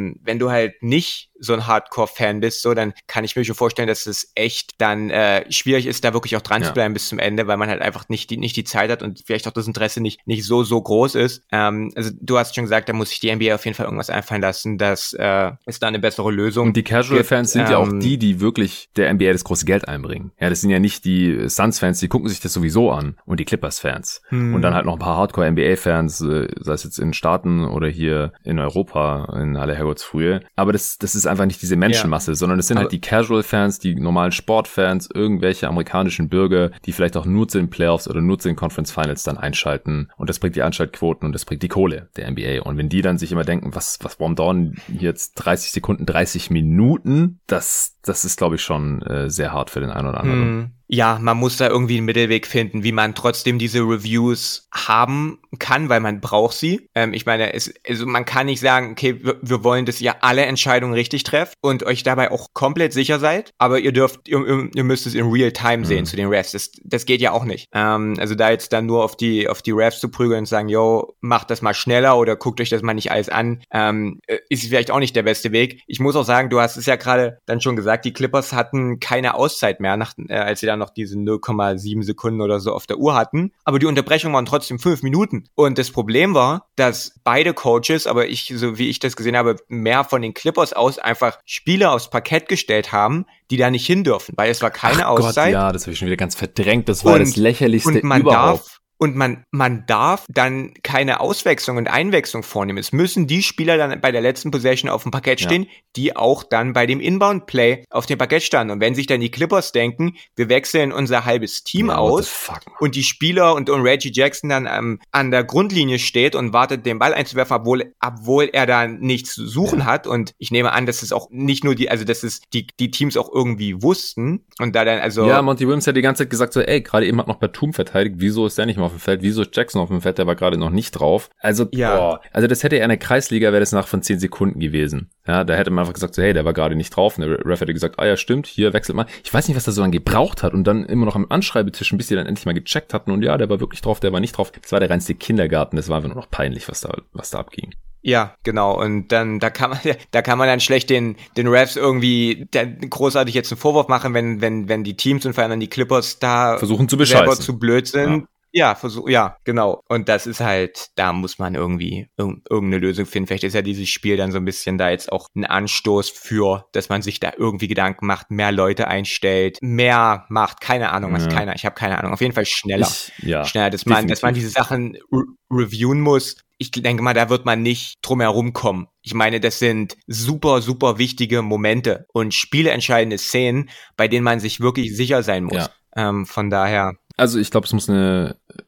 halt nicht so ein Hardcore-Fan bist, so, dann kann ich mir schon vorstellen, dass es echt dann schwierig ist, da wirklich auch dran zu bleiben bis zum Ende, weil man halt einfach nicht die Zeit hat und vielleicht auch das Interesse nicht so groß ist. Also du hast schon gesagt, da muss sich die NBA auf jeden Fall irgendwas einfallen lassen, dass es da eine bessere Lösung gibt. Und die Casual-Fans sind ja auch die wirklich der NBA das große Geld einbringen. Ja, das sind ja nicht die Suns-Fans, die gucken sich das sowieso an, und die Clippers-Fans. Und dann halt noch ein paar Hardcore-NBA-Fans, sei es jetzt in Staaten oder hier in Europa, in aller Herrgottsfrühe. Aber das ist einfach nicht diese Menschenmasse, sondern es sind halt die Casual-Fans, die normalen Sportfans, irgendwelche amerikanischen Bürger, die vielleicht auch nur zu den Playoffs oder nur zu den Conference Finals dann einschalten, und das bringt die Einschaltquoten und das bringt die Kohle der NBA. Und wenn die dann sich immer denken, warum dauern jetzt 30 Sekunden, 30 Minuten, das ist, glaube ich, schon sehr hart für den einen oder anderen. Ja, man muss da irgendwie einen Mittelweg finden, wie man trotzdem diese Reviews haben kann, weil man braucht sie. Ich meine, also man kann nicht sagen, okay, wir wollen, dass ihr alle Entscheidungen richtig trefft und euch dabei auch komplett sicher seid, aber ihr müsst es in Real Time sehen zu den Refs. Das geht ja auch nicht. Also da jetzt dann nur auf die Refs zu prügeln und sagen, yo, macht das mal schneller oder guckt euch das mal nicht alles an, ist vielleicht auch nicht der beste Weg. Ich muss auch sagen, du hast es ja gerade dann schon gesagt, die Clippers hatten keine Auszeit mehr, als sie dann noch diese 0,7 Sekunden oder so auf der Uhr hatten. Aber die Unterbrechung waren trotzdem 5 Minuten. Und das Problem war, dass beide Coaches, aber so wie ich das gesehen habe, mehr von den Clippers aus einfach Spieler aufs Parkett gestellt haben, die da nicht hin dürfen, weil es war keine Auszeit. Gott, ja, das habe ich schon wieder ganz verdrängt. Das war das Lächerlichste überhaupt. Und man darf dann keine Auswechslung und Einwechslung vornehmen. Es müssen die Spieler dann bei der letzten Possession auf dem Parkett stehen, die auch dann bei dem Inbound-Play auf dem Parkett standen. Und wenn sich dann die Clippers denken, wir wechseln unser halbes Team aus und die Spieler und Reggie Jackson dann an der Grundlinie steht und wartet, den Ball einzuwerfen, obwohl er da nichts zu suchen hat. Und ich nehme an, dass es auch nicht nur dass es die Teams auch irgendwie wussten. Und da dann Ja, Monty Williams hat die ganze Zeit gesagt so, gerade eben hat noch Batum verteidigt, wieso ist der nicht mal auf dem Feld, wieso ist Jackson auf dem Feld, der war gerade noch nicht drauf. Also, also das hätte er in der Kreisliga, wäre das nach von 10 Sekunden gewesen. Ja, da hätte man einfach gesagt so, hey, der war gerade nicht drauf. Und der Ref hätte gesagt, ja stimmt, hier wechselt mal. Ich weiß nicht, was der so lange gebraucht hat und dann immer noch am Anschreibetisch, bis die dann endlich mal gecheckt hatten und ja, der war wirklich drauf, der war nicht drauf. Das war der reinste Kindergarten, das war einfach nur noch peinlich, was da abging. Ja, genau. Und dann, da kann man dann schlecht den Refs irgendwie großartig jetzt einen Vorwurf machen, wenn die Teams und vor allem die Clippers da versuchen zu bescheißen, selber zu blöd sind. Ja, genau. Und das ist halt, da muss man irgendwie irgendeine Lösung finden. Vielleicht ist ja dieses Spiel dann so ein bisschen da jetzt auch ein Anstoß für, dass man sich da irgendwie Gedanken macht, mehr Leute einstellt, mehr macht, keine Ahnung, ich habe keine Ahnung. Auf jeden Fall schneller, dass man diese Sachen reviewen muss. Ich denke mal, da wird man nicht drum herum kommen. Ich meine, das sind super, super wichtige Momente und spieleentscheidende Szenen, bei denen man sich wirklich sicher sein muss. Von daher. Also ich glaube, es muss eine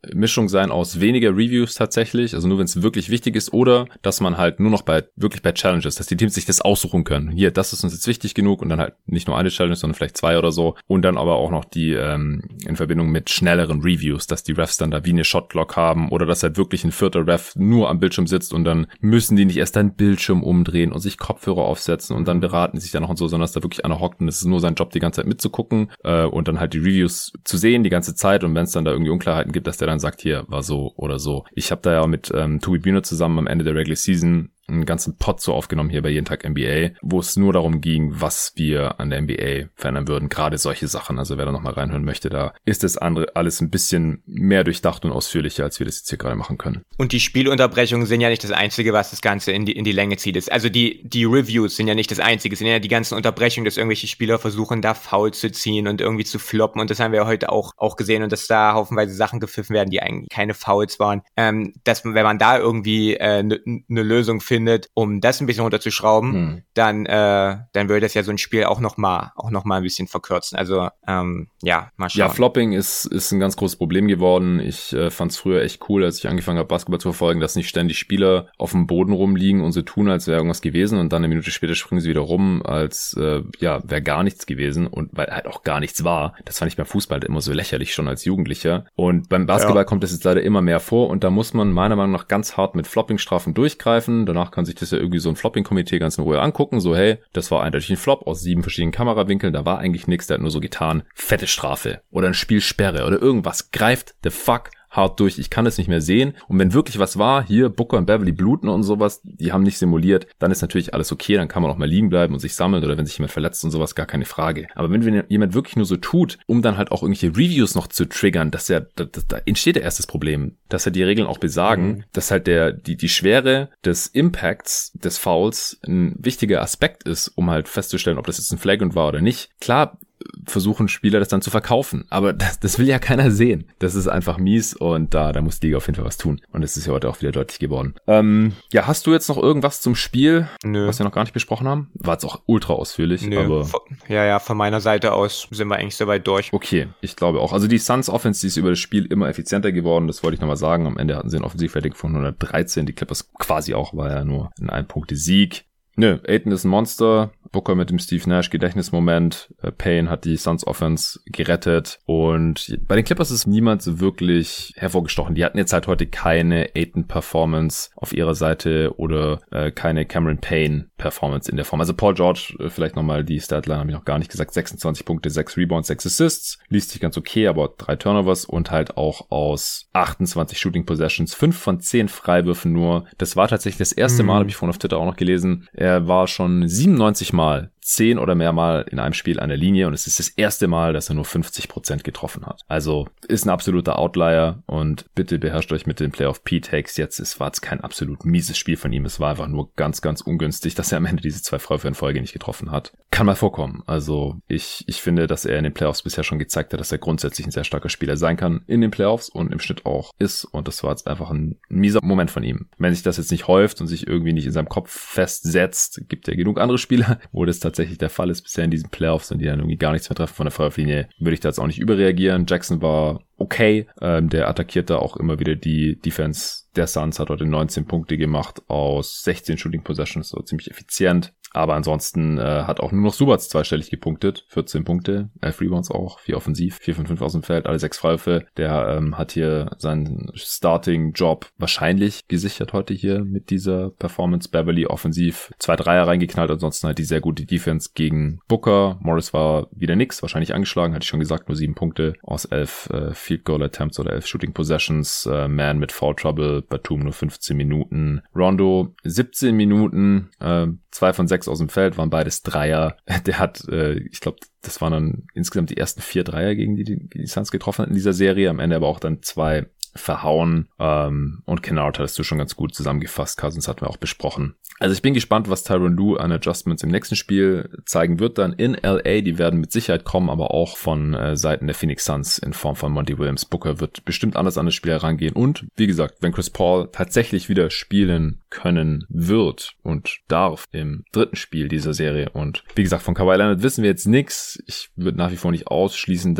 Mischung sein aus weniger Reviews tatsächlich, also nur wenn es wirklich wichtig ist, oder dass man halt nur noch wirklich bei Challenges, dass die Teams sich das aussuchen können. Hier, das ist uns jetzt wichtig genug und dann halt nicht nur eine Challenge, sondern vielleicht 2 oder so. Und dann aber auch noch die in Verbindung mit schnelleren Reviews, dass die Refs dann da wie eine Shotclock haben oder dass halt wirklich ein vierter Ref nur am Bildschirm sitzt und dann müssen die nicht erst den Bildschirm umdrehen und sich Kopfhörer aufsetzen und dann beraten die sich dann noch und so, sondern dass da wirklich einer hockt und es ist nur sein Job, die ganze Zeit mitzugucken und dann halt die Reviews zu sehen die ganze Zeit und wenn es dann da irgendwie Unklarheiten gibt, dass der dann sagt, hier war so oder so. Ich habe da ja mit Tobi Bühner zusammen am Ende der Regular Season einen ganzen Pod so aufgenommen hier bei Jeden Tag NBA, wo es nur darum ging, was wir an der NBA verändern würden. Gerade solche Sachen. Also wer da nochmal reinhören möchte, da ist das andere alles ein bisschen mehr durchdacht und ausführlicher, als wir das jetzt hier gerade machen können. Und die Spielunterbrechungen sind ja nicht das Einzige, was das Ganze in die Länge zieht. Also die Reviews sind ja nicht das Einzige. Es sind ja die ganzen Unterbrechungen, dass irgendwelche Spieler versuchen, da faul zu ziehen und irgendwie zu floppen. Und das haben wir heute auch gesehen. Und dass da haufenweise Sachen gepfiffen werden, die eigentlich keine Fouls waren. Dass wenn man da irgendwie eine Lösung findet, um das ein bisschen runterzuschrauben, dann würde das ja so ein Spiel auch noch mal ein bisschen verkürzen. Also mal schauen. Ja, Flopping ist ein ganz großes Problem geworden. Ich fand es früher echt cool, als ich angefangen habe, Basketball zu verfolgen, dass nicht ständig Spieler auf dem Boden rumliegen und so tun, als wäre irgendwas gewesen und dann eine Minute später springen sie wieder rum, als wäre gar nichts gewesen und weil halt auch gar nichts war. Das fand ich beim Fußball immer so lächerlich schon als Jugendlicher. Und beim Basketball kommt das jetzt leider immer mehr vor und da muss man meiner Meinung nach ganz hart mit Flopping-Strafen durchgreifen. Danach kann sich das ja irgendwie so ein Flopping-Komitee ganz in Ruhe angucken. So, hey, das war eindeutig ein Flop aus 7 verschiedenen Kamerawinkeln. Da war eigentlich nichts. Der hat nur so getan. Fette Strafe oder ein Spielsperre oder irgendwas. Greift the fuck hart durch, ich kann es nicht mehr sehen. Und wenn wirklich was war, hier Booker und Beverly bluten und sowas, die haben nicht simuliert, dann ist natürlich alles okay, dann kann man auch mal liegen bleiben und sich sammeln oder wenn sich jemand verletzt und sowas, gar keine Frage. Aber wenn jemand wirklich nur so tut, um dann halt auch irgendwelche Reviews noch zu triggern, da entsteht ja erst das Problem, dass ja die Regeln auch besagen, dass halt die Schwere des Impacts des Fouls ein wichtiger Aspekt ist, um halt festzustellen, ob das jetzt ein Flagrant war oder nicht. Klar, versuchen Spieler das dann zu verkaufen. Aber das will ja keiner sehen. Das ist einfach mies und da muss die Liga auf jeden Fall was tun. Und es ist ja heute auch wieder deutlich geworden. Hast du jetzt noch irgendwas zum Spiel, was wir noch gar nicht besprochen haben? War jetzt auch ultra ausführlich. Nö. Aber von meiner Seite aus sind wir eigentlich soweit durch. Okay, ich glaube auch. Also die Suns Offense, die ist über das Spiel immer effizienter geworden. Das wollte ich nochmal sagen. Am Ende hatten sie ein Offensivrating von 113. Die Clippers quasi auch, war ja nur ein 1-Punkte-Sieg. Ayton ist ein Monster. Booker mit dem Steve Nash Gedächtnismoment. Payne hat die Suns Offense gerettet. Und bei den Clippers ist niemand so wirklich hervorgestochen. Die hatten jetzt halt heute keine Ayton Performance auf ihrer Seite oder keine Cameron Payne Performance in der Form. Also Paul George, vielleicht nochmal die Statline, habe ich noch gar nicht gesagt. 26 Punkte, 6 Rebounds, 6 Assists. Liest sich ganz okay, aber 3 Turnovers und halt auch aus 28 Shooting Possessions 5 von 10 Freiwürfen nur. Das war tatsächlich das erste Mal, habe ich vorhin auf Twitter auch noch gelesen. Er war schon 97 Mal 10 oder mehr Mal in einem Spiel an der Linie und es ist das erste Mal, dass er nur 50% getroffen hat. Also ist ein absoluter Outlier und bitte beherrscht euch mit den Playoff-P-Takes jetzt. Es war jetzt kein absolut mieses Spiel von ihm. Es war einfach nur ganz, ganz ungünstig, dass er am Ende diese 2 Freiwürfe in Folge nicht getroffen hat. Kann mal vorkommen. Also ich finde, dass er in den Playoffs bisher schon gezeigt hat, dass er grundsätzlich ein sehr starker Spieler sein kann in den Playoffs und im Schnitt auch ist und das war jetzt einfach ein mieser Moment von ihm. Wenn sich das jetzt nicht häuft und sich irgendwie nicht in seinem Kopf festsetzt, gibt er genug andere Spieler, wo das tatsächlich der Fall ist bisher in diesen Playoffs und die dann irgendwie gar nichts mehr treffen von der Freiwurflinie, würde ich da jetzt auch nicht überreagieren. Jackson war okay, der attackiert da auch immer wieder die Defense der Suns, hat heute 19 Punkte gemacht aus 16 Shooting Possessions, so ziemlich effizient. Aber ansonsten hat auch nur noch Subats zweistellig gepunktet. 14 Punkte, 11 Rebounds auch, 4 offensiv, 4 von 5 aus dem Feld, alle 6 Freiwürfe. Der hat hier seinen Starting-Job wahrscheinlich gesichert heute hier mit dieser Performance. Beverly offensiv 2 Dreier reingeknallt, ansonsten halt die sehr gute Defense gegen Booker. Morris war wieder nix, wahrscheinlich angeschlagen, hatte ich schon gesagt, nur 7 Punkte aus 11 Field Goal Attempts oder 11 Shooting Possessions. Man mit Foul Trouble, Batum nur 15 Minuten. Rondo 17 Minuten, 2 von 6 aus dem Feld, waren beides Dreier. Der hat, ich glaube, das waren dann insgesamt die ersten 4 Dreier, gegen die Suns getroffen hat in dieser Serie. Am Ende aber auch dann 2 verhauen. Und Kennard hattest du schon ganz gut zusammengefasst. Cousins hatten wir auch besprochen. Also ich bin gespannt, was Tyronn Lue an Adjustments im nächsten Spiel zeigen wird dann in LA. Die werden mit Sicherheit kommen, aber auch von Seiten der Phoenix Suns in Form von Monty Williams. Booker wird bestimmt anders an das Spiel herangehen. Und wie gesagt, wenn Chris Paul tatsächlich wieder spielen können wird und darf im 3. Spiel dieser Serie. Und wie gesagt, von Kawhi Leonard wissen wir jetzt nichts. Ich würde nach wie vor nicht ausschließen, dass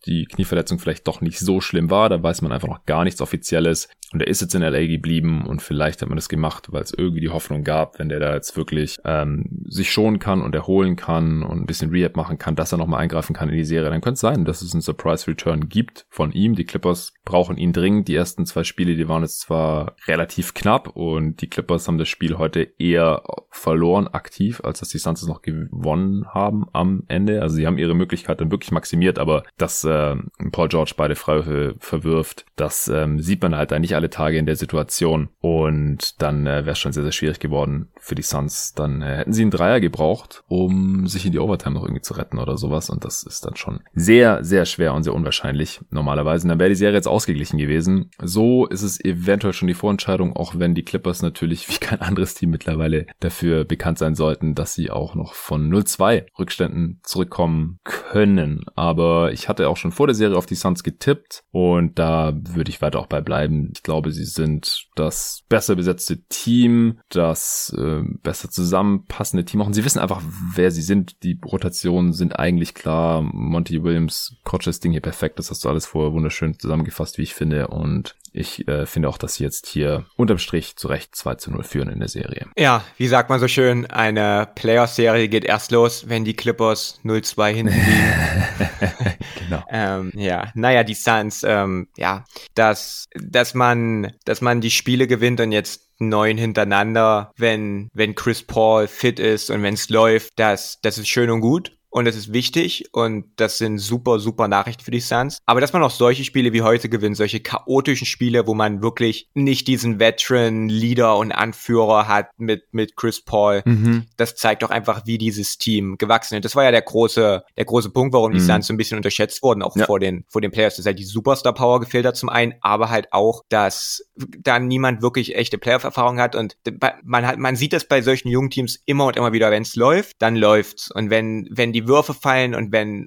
die Knieverletzung vielleicht doch nicht so schlimm war. Da weiß man einfach noch gar nichts Offizielles. Und er ist jetzt in LA geblieben und vielleicht hat man das gemacht, weil es irgendwie die Hoffnung gab, wenn der da jetzt wirklich sich schonen kann und erholen kann und ein bisschen Rehab machen kann, dass er nochmal eingreifen kann in die Serie. Dann könnte es sein, dass es einen Surprise-Return gibt von ihm. Die Clippers brauchen ihn dringend. Die ersten 2 Spiele, die waren jetzt zwar relativ knapp und die Clippers haben das Spiel heute eher verloren aktiv, als dass die Suns es noch gewonnen haben am Ende. Also sie haben ihre Möglichkeit dann wirklich maximiert, aber dass Paul George beide Freiwürfe verwirft, das sieht man halt nicht alle Tage in der Situation und dann wäre es schon sehr, sehr schwierig geworden für die Suns. Dann hätten sie einen Dreier gebraucht, um sich in die Overtime noch irgendwie zu retten oder sowas und das ist dann schon sehr, sehr schwer und sehr unwahrscheinlich normalerweise. Und dann wäre die Serie jetzt ausgeglichen gewesen. So ist es eventuell schon die Vorentscheidung, auch wenn die Clippers natürlich wie kein anderes Team mittlerweile dafür bekannt sein sollten, dass sie auch noch von 0-2 Rückständen zurückkommen können. Aber ich hatte auch schon vor der Serie auf die Suns getippt und da würde ich weiter auch bei bleiben. Ich glaube, sie sind das besser besetzte Team, das besser zusammenpassende Team. Auch und sie wissen einfach, wer sie sind. Die Rotationen sind eigentlich klar. Monty Williams coacht das Ding hier perfekt. Das hast du alles vorher wunderschön zusammengefasst, wie ich finde. Und ich finde auch, dass sie jetzt hier unterm Strich zu Recht 2-0 führen in der Serie. Ja, wie sagt man so schön, eine Playoff-Serie geht erst los, wenn die Clippers 0-2 hinten liegen. Genau. Naja, die Suns, dass man die Spiele gewinnt und jetzt 9 hintereinander, wenn Chris Paul fit ist und wenn es läuft, das ist schön und gut. Und das ist wichtig und das sind super, super Nachrichten für die Suns. Aber dass man auch solche Spiele wie heute gewinnt, solche chaotischen Spiele, wo man wirklich nicht diesen Veteran-Leader und Anführer hat mit Chris Paul, das zeigt doch einfach, wie dieses Team gewachsen ist. Das war ja der große Punkt, warum die Suns so ein bisschen unterschätzt wurden, auch vor den Playoffs. Das halt die Superstar-Power gefehlt hat zum einen, aber halt auch, dass da niemand wirklich echte Playoff-Erfahrung hat und man sieht das bei solchen jungen Teams immer und immer wieder, wenn es läuft, dann läuft's. Und wenn die Würfe fallen und wenn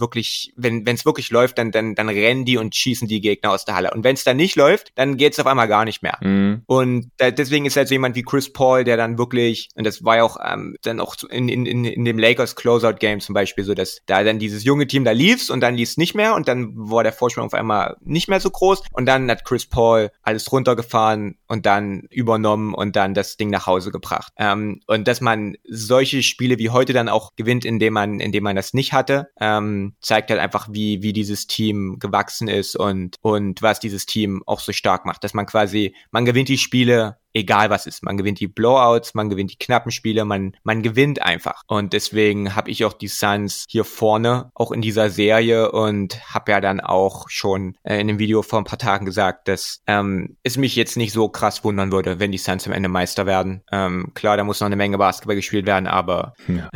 es wirklich läuft, dann rennen die und schießen die Gegner aus der Halle. Und wenn es dann nicht läuft, dann geht's auf einmal gar nicht mehr. Und deswegen ist halt so jemand wie Chris Paul, der dann wirklich, und das war ja auch dann auch in dem Lakers Closeout Game zum Beispiel so, dass da dann dieses junge Team da lief's und dann lief's nicht mehr und dann war der Vorsprung auf einmal nicht mehr so groß und dann hat Chris Paul alles runtergefahren und dann übernommen und dann das Ding nach Hause gebracht. Und dass man solche Spiele wie heute dann auch gewinnt, indem man das nicht hatte, zeigt halt einfach, wie dieses Team gewachsen ist und was dieses Team auch so stark macht, dass man gewinnt die Spiele, egal was ist. Man gewinnt die Blowouts, man gewinnt die knappen Spiele, man gewinnt einfach. Und deswegen habe ich auch die Suns hier vorne, auch in dieser Serie und habe ja dann auch schon in einem Video vor ein paar Tagen gesagt, dass es mich jetzt nicht so krass wundern würde, wenn die Suns am Ende Meister werden. Klar, da muss noch eine Menge Basketball gespielt werden, aber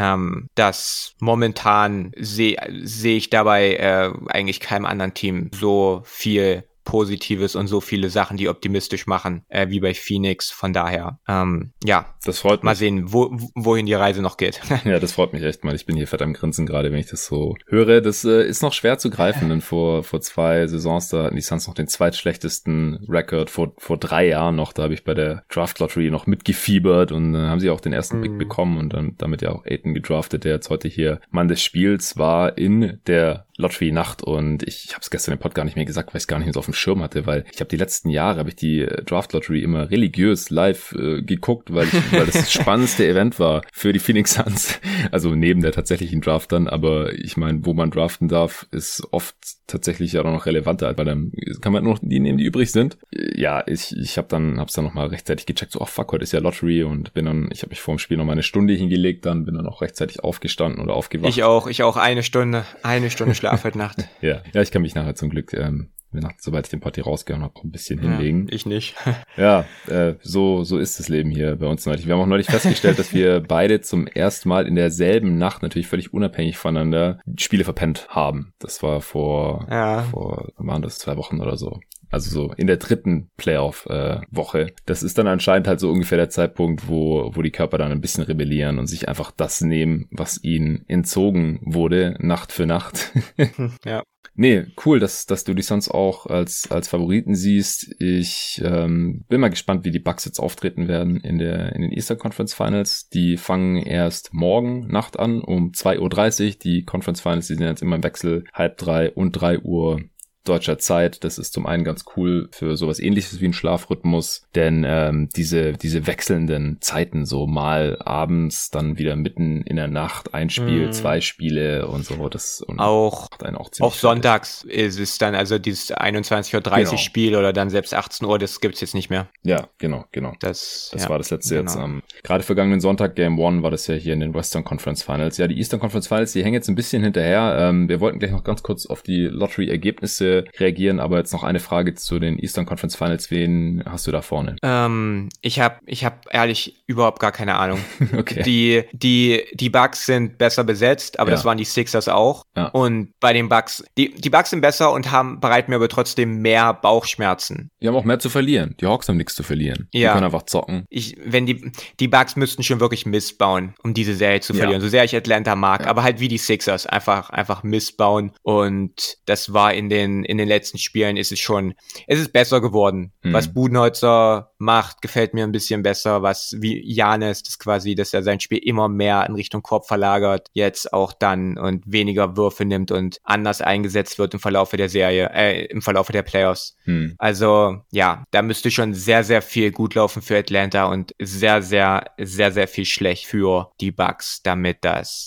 das momentan sehe ich dabei eigentlich keinem anderen Team so viel Positives und so viele Sachen, die optimistisch machen, wie bei Phoenix. Von daher, das freut mich. Mal sehen, wohin die Reise noch geht. Ja, das freut mich echt mal. Ich bin hier fett am Grinsen gerade, wenn ich das so höre. Das ist noch schwer zu greifen, denn vor 2 Saisons, da hatten die Suns noch den zweitschlechtesten Record, vor 3 Jahren noch, da habe ich bei der Draft Lottery noch mitgefiebert und haben sie auch den ersten Pick bekommen und dann damit ja auch Ayton gedraftet, der jetzt heute hier Mann des Spiels war in der Lottery-Nacht und ich habe es gestern im Pod gar nicht mehr gesagt, weil ich es gar nicht mehr so auf dem Schirm hatte, weil ich habe die letzten Jahre die Draft-Lottery immer religiös live geguckt, weil das spannendste Event war für die Phoenix Suns, also neben der tatsächlichen Draft dann, aber ich meine, wo man draften darf, ist oft tatsächlich ja noch relevanter, weil dann kann man nur noch die nehmen, die übrig sind. Ja, ich hab's dann nochmal rechtzeitig gecheckt, so fuck, heute ist ja Lottery und ich habe mich vor dem Spiel noch mal eine Stunde hingelegt, bin dann auch rechtzeitig aufgestanden oder aufgewacht. Ich auch eine Stunde Schlaf heute Nacht. Ja, ich kann mich nachher zum Glück, sobald ich den Party rausgehauen habe, auch ein bisschen hinlegen. Ich nicht. Ja, so ist das Leben hier bei uns neulich. Wir haben auch neulich festgestellt, dass wir beide zum ersten Mal in derselben Nacht, natürlich völlig unabhängig voneinander, Spiele verpennt haben. Das war waren das 2 Wochen oder so. also so in der dritten Playoff-Woche. Das ist dann anscheinend halt so ungefähr der Zeitpunkt, wo die Körper dann ein bisschen rebellieren und sich einfach das nehmen, was ihnen entzogen wurde, Nacht für Nacht. Ja. Nee, cool, dass du die Suns auch als Favoriten siehst. Ich bin mal gespannt, wie die Bucks jetzt auftreten werden in den Eastern Conference Finals. Die fangen erst morgen Nacht an um 2:30 Uhr. Die Conference Finals, die sind jetzt immer im Wechsel 2:30 und 3 Uhr deutscher Zeit. Das ist zum einen ganz cool für sowas Ähnliches wie ein Schlafrhythmus, denn diese wechselnden Zeiten, so mal abends, dann wieder mitten in der Nacht ein Spiel, 2 Spiele und so, das und auch macht einen auch ziemlich sonntags ist es dann, also dieses 21:30 Uhr Spiel oder dann selbst 18 Uhr, das gibt's jetzt nicht mehr. Ja, genau. Das war das letzte jetzt gerade vergangenen Sonntag, Game 1 war das ja hier in den Western Conference Finals. Ja, die Eastern Conference Finals, die hängen jetzt ein bisschen hinterher. Wir wollten gleich noch ganz kurz auf die Lottery-Ergebnisse reagieren, aber jetzt noch eine Frage zu den Eastern Conference Finals. Wen hast du da vorne? Ich hab ehrlich überhaupt gar keine Ahnung. Okay. Die Bucks sind besser besetzt, aber das waren die Sixers auch. Ja. Und bei den Bucks, die Bucks sind besser und bereiten mir aber trotzdem mehr Bauchschmerzen. Die haben auch mehr zu verlieren. Die Hawks haben nichts zu verlieren. Die können einfach zocken. Wenn die Bucks müssten schon wirklich missbauen, um diese Serie zu verlieren. So sehr ich Atlanta mag, aber halt wie die Sixers einfach missbauen. Und das war in den letzten Spielen ist es besser geworden. Was Budenholzer macht, gefällt mir ein bisschen besser, was wie Giannis, dass er sein Spiel immer mehr in Richtung Korb verlagert, jetzt auch dann und weniger Würfe nimmt und anders eingesetzt wird im Verlaufe der Serie, im Verlaufe der Playoffs. Also, ja, da müsste schon sehr, sehr viel gut laufen für Atlanta und sehr, sehr, sehr, sehr viel schlecht für die Bucks, damit das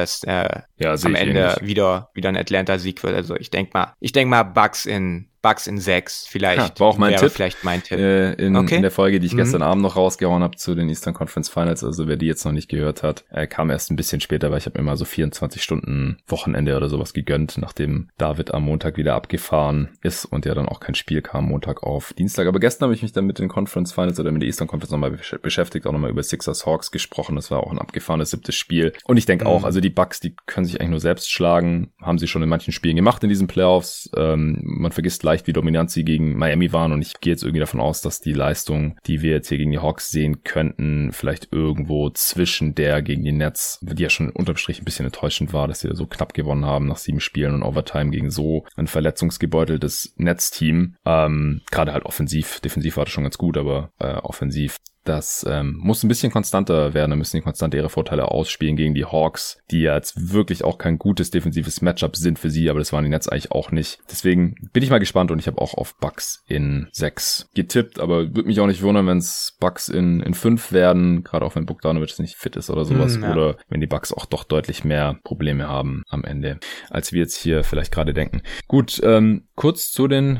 am Ende wieder ein Atlanta-Sieg wird. Also ich denk mal Bucks in 6 vielleicht. Ja, war auch mein Tipp. Vielleicht mein Tipp. In der Folge, die ich gestern Abend noch rausgehauen habe zu den Eastern Conference Finals, also wer die jetzt noch nicht gehört hat, kam erst ein bisschen später, weil ich habe mir mal so 24 Stunden Wochenende oder sowas gegönnt, nachdem David am Montag wieder abgefahren ist und ja dann auch kein Spiel kam, Montag auf Dienstag. Aber gestern habe ich mich dann mit den Conference Finals oder mit der Eastern Conference nochmal beschäftigt, auch nochmal über Sixers Hawks gesprochen. Das war auch ein abgefahrenes 7. Spiel. Und ich denke auch, also die Bucks, die können sich eigentlich nur selbst schlagen, haben sie schon in manchen Spielen gemacht in diesen Playoffs. Man vergisst leicht, wie dominant sie gegen Miami waren und ich gehe jetzt irgendwie davon aus, dass die Leistung, die wir jetzt hier gegen die Hawks sehen könnten, vielleicht irgendwo zwischen der gegen die Nets, die ja schon unterm Strich ein bisschen enttäuschend war, dass sie so knapp gewonnen haben nach 7 Spielen und Overtime gegen so ein verletzungsgebeuteltes Nets-Team. Gerade halt offensiv, defensiv war das schon ganz gut, aber offensiv das muss ein bisschen konstanter werden. Da müssen die konstant ihre Vorteile ausspielen gegen die Hawks, die ja jetzt wirklich auch kein gutes defensives Matchup sind für sie, aber das waren die Nets eigentlich auch nicht. Deswegen bin ich mal gespannt und ich habe auch auf Bucks in 6 getippt, aber würde mich auch nicht wundern, wenn es Bucks in 5 werden, gerade auch wenn Bogdanovic nicht fit ist oder sowas, oder wenn die Bucks auch doch deutlich mehr Probleme haben am Ende, als wir jetzt hier vielleicht gerade denken. Gut, kurz zu den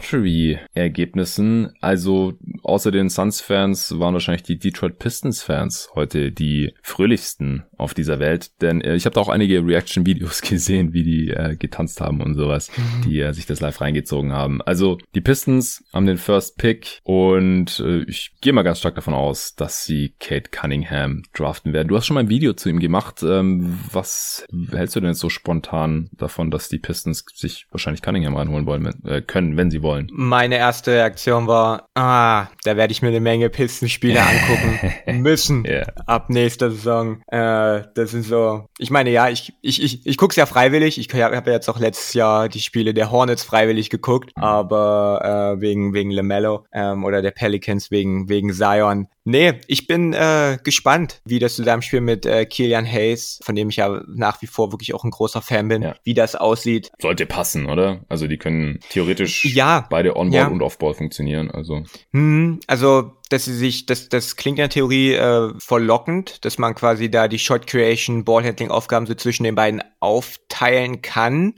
Lottery-Ergebnissen. Also außer den Suns-Fans waren wahrscheinlich die Detroit Pistons-Fans heute die fröhlichsten auf dieser Welt, denn ich habe da auch einige Reaction-Videos gesehen, wie die getanzt haben und sowas, die sich das live reingezogen haben. Also die Pistons haben den First Pick und ich gehe mal ganz stark davon aus, dass sie Cade Cunningham draften werden. Du hast schon mal ein Video zu ihm gemacht. Was hältst du denn jetzt so spontan davon, dass die Pistons sich wahrscheinlich Cunningham reinholen wollen, können, wenn sie wollen? Meine erste Reaktion war, da werde ich mir eine Menge Pistons-Spiele angucken müssen ab nächster Saison. Das ist so, ich meine, ja, ich guck's ja freiwillig. Ich habe ja jetzt auch letztes Jahr die Spiele der Hornets freiwillig geguckt, aber wegen LaMelo oder der Pelicans wegen Zion. Nee, ich bin gespannt, wie das Zusammenspiel mit Killian Hayes, von dem ich ja nach wie vor wirklich auch ein großer Fan bin, wie das aussieht. Sollte passen, oder? Also die können theoretisch beide On-Ball und Off-Ball funktionieren. Also das klingt in der Theorie verlockend, dass man quasi da die Shot Creation, Ballhandling Aufgaben so zwischen den beiden aufteilen kann.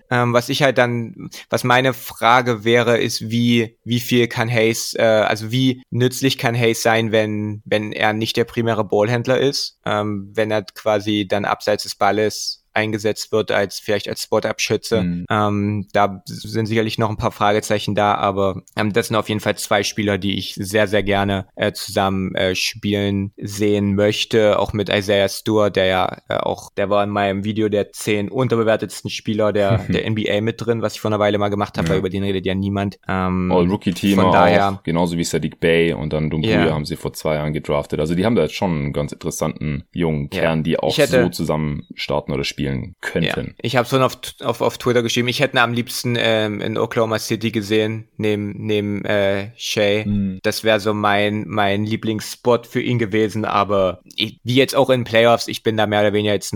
Was meine Frage wäre, ist, wie viel kann Hayes, also wie nützlich kann Hayes sein, wenn er nicht der primäre Ballhändler ist, wenn er quasi dann abseits des Balles eingesetzt wird, vielleicht als Spot-Up-Schütze. Da sind sicherlich noch ein paar Fragezeichen da, aber das sind auf jeden Fall zwei Spieler, die ich sehr, sehr gerne zusammen spielen sehen möchte, auch mit Isaiah Stewart, der war in meinem Video der 10 unterbewertetsten Spieler der NBA mit drin, was ich vor einer Weile mal gemacht habe, weil über den redet ja niemand. All-Rookie-Team auch, genauso wie Sadiq Bey und dann Dumbuya haben sie vor 2 Jahren gedraftet. Also die haben da jetzt schon einen ganz interessanten jungen Kern, die auch so zusammen starten oder spielen könnten. Ja. Ich habe es auf Twitter geschrieben, ich hätte ihn am liebsten in Oklahoma City gesehen, neben Shea. Das wäre so mein Lieblingsspot für ihn gewesen, aber wie jetzt auch in Playoffs, ich bin da mehr oder weniger jetzt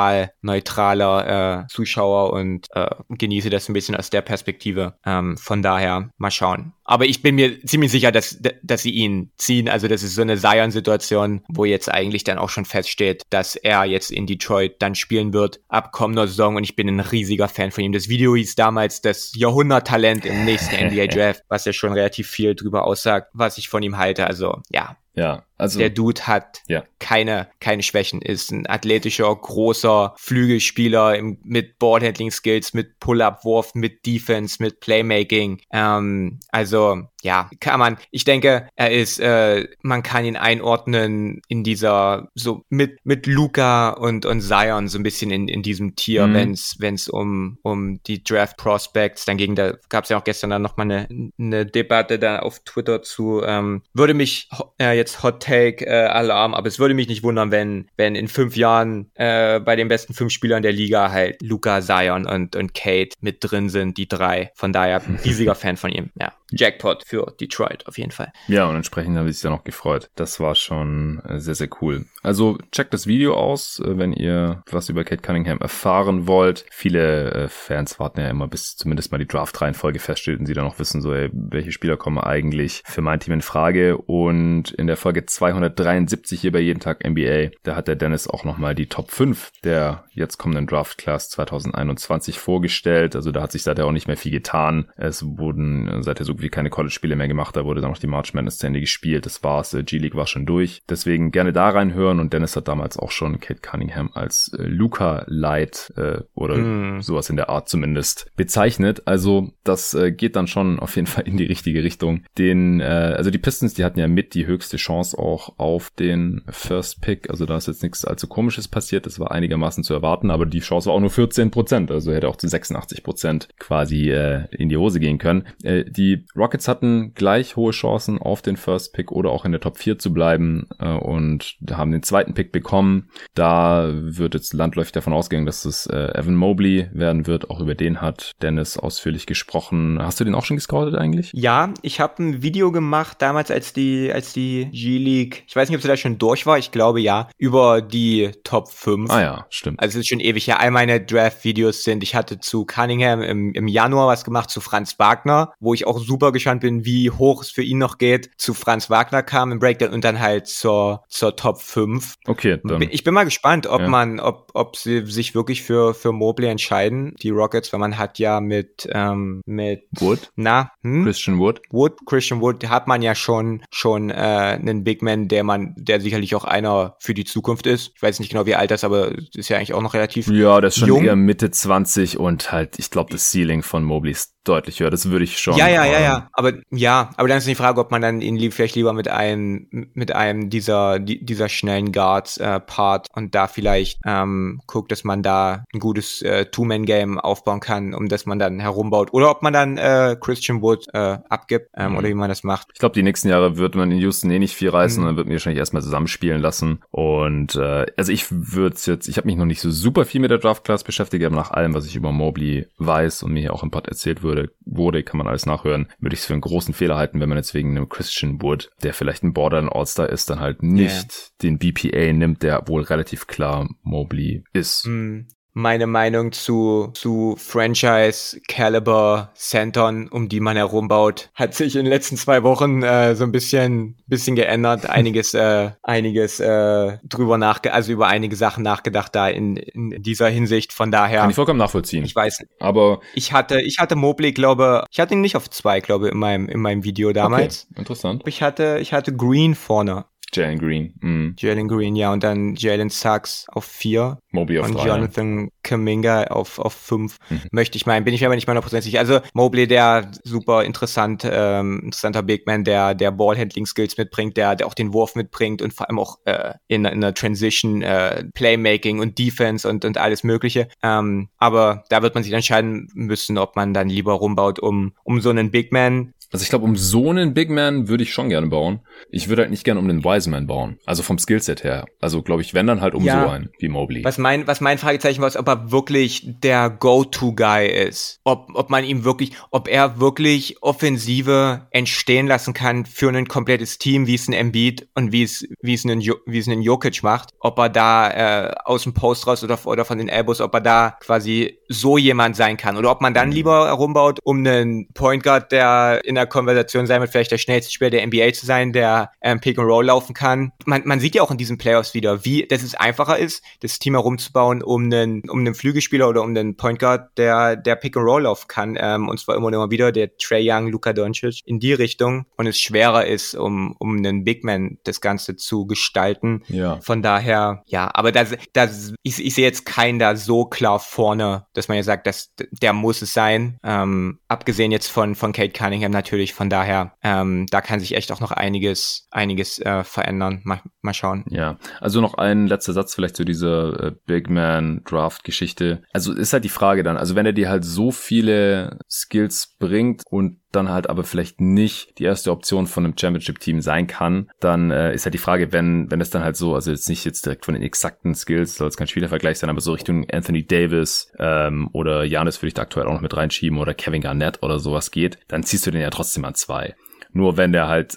neutraler Zuschauer und genieße das ein bisschen aus der Perspektive. Von daher mal schauen. Aber ich bin mir ziemlich sicher, dass sie ihn ziehen. Also das ist so eine Zion-Situation, wo jetzt eigentlich dann auch schon feststeht, dass er jetzt in Detroit dann spielen wird ab kommender Saison. Und ich bin ein riesiger Fan von ihm. Das Video hieß damals das Jahrhunderttalent im nächsten NBA-Draft, was ja schon relativ viel drüber aussagt, was ich von ihm halte. Also ja, also der Dude hat keine Schwächen, ist ein athletischer, großer Flügelspieler mit Ballhandling-Skills, mit Pull-Up-Wurf, mit Defense, mit Playmaking. Also ich denke, er ist, man kann ihn einordnen in dieser, so mit Luka und Zion so ein bisschen in diesem Tier, wenn's um die Draft Prospects, da gab's ja auch gestern dann nochmal eine Debatte da auf Twitter zu, würde mich jetzt Hot Take Alarm, aber es würde mich nicht wundern, wenn in 5 Jahren bei den besten 5 Spielern der Liga halt Luka, Zion und Kate mit drin sind, die 3. Von daher riesiger Fan von ihm. Ja, Jackpot für Detroit auf jeden Fall. Ja, und entsprechend habe ich sich dann auch gefreut. Das war schon sehr, sehr cool. Also checkt das Video aus, wenn ihr was über Cade Cunningham erfahren wollt. Viele Fans warten ja immer, bis zumindest mal die Draft-Reihenfolge feststeht und sie dann auch wissen, so welche Spieler kommen eigentlich für mein Team in Frage. Und in der Folge 273 hier bei Jeden Tag NBA, da hat der Dennis auch nochmal die Top 5 der jetzt kommenden Draft-Class 2021 vorgestellt. Also da hat sich seither auch nicht mehr viel getan. Es wurden seither so gut wie keine College-Spiele mehr gemacht. Da wurde dann noch die March Madness zu Ende gespielt. Das war's. G-League war schon durch. Deswegen gerne da reinhören. Und Dennis hat damals auch schon Cade Cunningham als Luka Light oder sowas in der Art zumindest bezeichnet. Also das geht dann schon auf jeden Fall in die richtige Richtung. Also die Pistons, die hatten ja mit die höchste Chance auch auf den First Pick. Also da ist jetzt nichts allzu Komisches passiert. Das war einigermaßen zu erwarten, aber die Chance war auch nur 14%. Also hätte auch zu 86% quasi in die Hose gehen können. Die Rockets hatten gleich hohe Chancen auf den First Pick oder auch in der Top 4 zu bleiben und haben den zweiten Pick bekommen. Da wird jetzt landläufig davon ausgegangen, dass es Evan Mobley werden wird. Auch über den hat Dennis ausführlich gesprochen. Hast du den auch schon gescoutet eigentlich? Ja, ich habe ein Video gemacht damals, als die G-League, ich weiß nicht, ob sie da schon durch war, ich glaube ja, über die Top 5. Ah ja, stimmt. Also es ist schon ewig her. All meine Draft-Videos ich hatte zu Cunningham im Januar was gemacht, zu Franz Wagner, wo ich auch super gespannt bin, wie hoch es für ihn noch geht. Zu Franz Wagner kam im Breakdown und dann halt zur Top 5. Okay, dann. Ich bin mal gespannt, ob sie sich wirklich für Mobley entscheiden, die Rockets, weil man hat ja mit Wood? Christian Wood hat man ja schon einen Big Man, der sicherlich auch einer für die Zukunft ist. Ich weiß nicht genau, wie alt das ist, aber ist ja eigentlich auch noch relativ jung. Ja, das ist schon eher Mitte 20 und halt, ich glaube, das Ceiling von Mobley ist deutlich höher. Das würde ich schon. Ja. Aber dann ist die Frage, ob man dann ihn vielleicht lieber mit einem dieser schnellen Guards part und da vielleicht guckt, dass man da ein gutes Two-Man-Game aufbauen kann, um das man dann herumbaut. Oder ob man dann Christian Wood abgibt oder wie man das macht. Ich glaube, die nächsten Jahre wird man in Houston nicht viel reißen und dann wird man wahrscheinlich erstmal zusammenspielen lassen. Und also ich habe mich noch nicht so super viel mit der Draft-Class beschäftigt, aber nach allem, was ich über Mobley weiß und mir hier auch im Pod erzählt wurde, kann man alles nachhören, würde ich es für einen großen Fehler halten, wenn man jetzt wegen einem Christian Wood, der vielleicht ein Borderline All-Star ist, dann halt nicht den BPA nimmt, der wohl relativ klar Mobley ist. Meine Meinung zu Franchise-Caliber-Centern, um die man herumbaut, hat sich in den letzten 2 Wochen so ein bisschen geändert. Einiges über einige Sachen nachgedacht da in dieser Hinsicht. Von daher kann ich vollkommen nachvollziehen. Ich weiß nicht. Aber ich hatte Mobley, ich hatte ihn nicht auf 2, in meinem Video damals. Okay, interessant. Ich hatte Green vorne. Jalen Green. Jalen Green, ja, und dann Jalen Suggs auf 4. Mobley auf 3. Und Jonathan Kuminga auf 5. Möchte ich meinen, bin ich mir aber nicht 100% sicher. Also Mobley, der super interessanter Big Man, der Ballhandling-Skills mitbringt, der auch den Wurf mitbringt und vor allem auch in der Transition Playmaking und Defense und alles Mögliche. Aber da wird man sich entscheiden müssen, ob man dann lieber rumbaut um so einen Big Man. Also ich glaube, um so einen Big Man würde ich schon gerne bauen. Ich würde halt nicht gerne um einen Wiseman bauen. Also vom Skillset her. Also glaube ich, wenn dann halt um so einen wie Mobley. Was mein Fragezeichen war, ist, ob er wirklich der Go-To-Guy ist. Ob er wirklich Offensive entstehen lassen kann für ein komplettes Team, wie es ein Embiid und wie es ein Jokic macht. Ob er da aus dem Post raus oder von den Elbows, ob er da quasi so jemand sein kann. Oder ob man dann lieber rumbaut, um einen Point Guard, der in der Konversation sein wird, vielleicht der schnellste Spieler der NBA zu sein, der Pick and Roll laufen kann. Man sieht ja auch in diesen Playoffs wieder, dass es einfacher ist, das Team herumzubauen, um einen Flügelspieler oder um einen Point Guard, der Pick and Roll laufen kann. Und zwar immer und immer wieder der Trae Young, Luka Doncic in die Richtung. Und es schwerer ist, um einen Big Man das Ganze zu gestalten. Ja. Von daher, ja, aber ich sehe jetzt keinen da so klar vorne, dass man ja sagt, der muss es sein. Abgesehen jetzt von Kate Cunningham natürlich. Von daher, da kann sich echt auch noch einiges verändern. Mal schauen. Ja, also noch ein letzter Satz vielleicht zu dieser Big Man Draft Geschichte. Also ist halt die Frage dann, also wenn er dir halt so viele Skills bringt und dann halt aber vielleicht nicht die erste Option von einem Championship-Team sein kann, dann ist halt die Frage, wenn es dann halt so, also jetzt direkt von den exakten Skills, soll es kein Spielervergleich sein, aber so Richtung Anthony Davis oder Giannis würde ich da aktuell auch noch mit reinschieben oder Kevin Garnett oder sowas geht, dann ziehst du den ja trotzdem an 2. Nur wenn der halt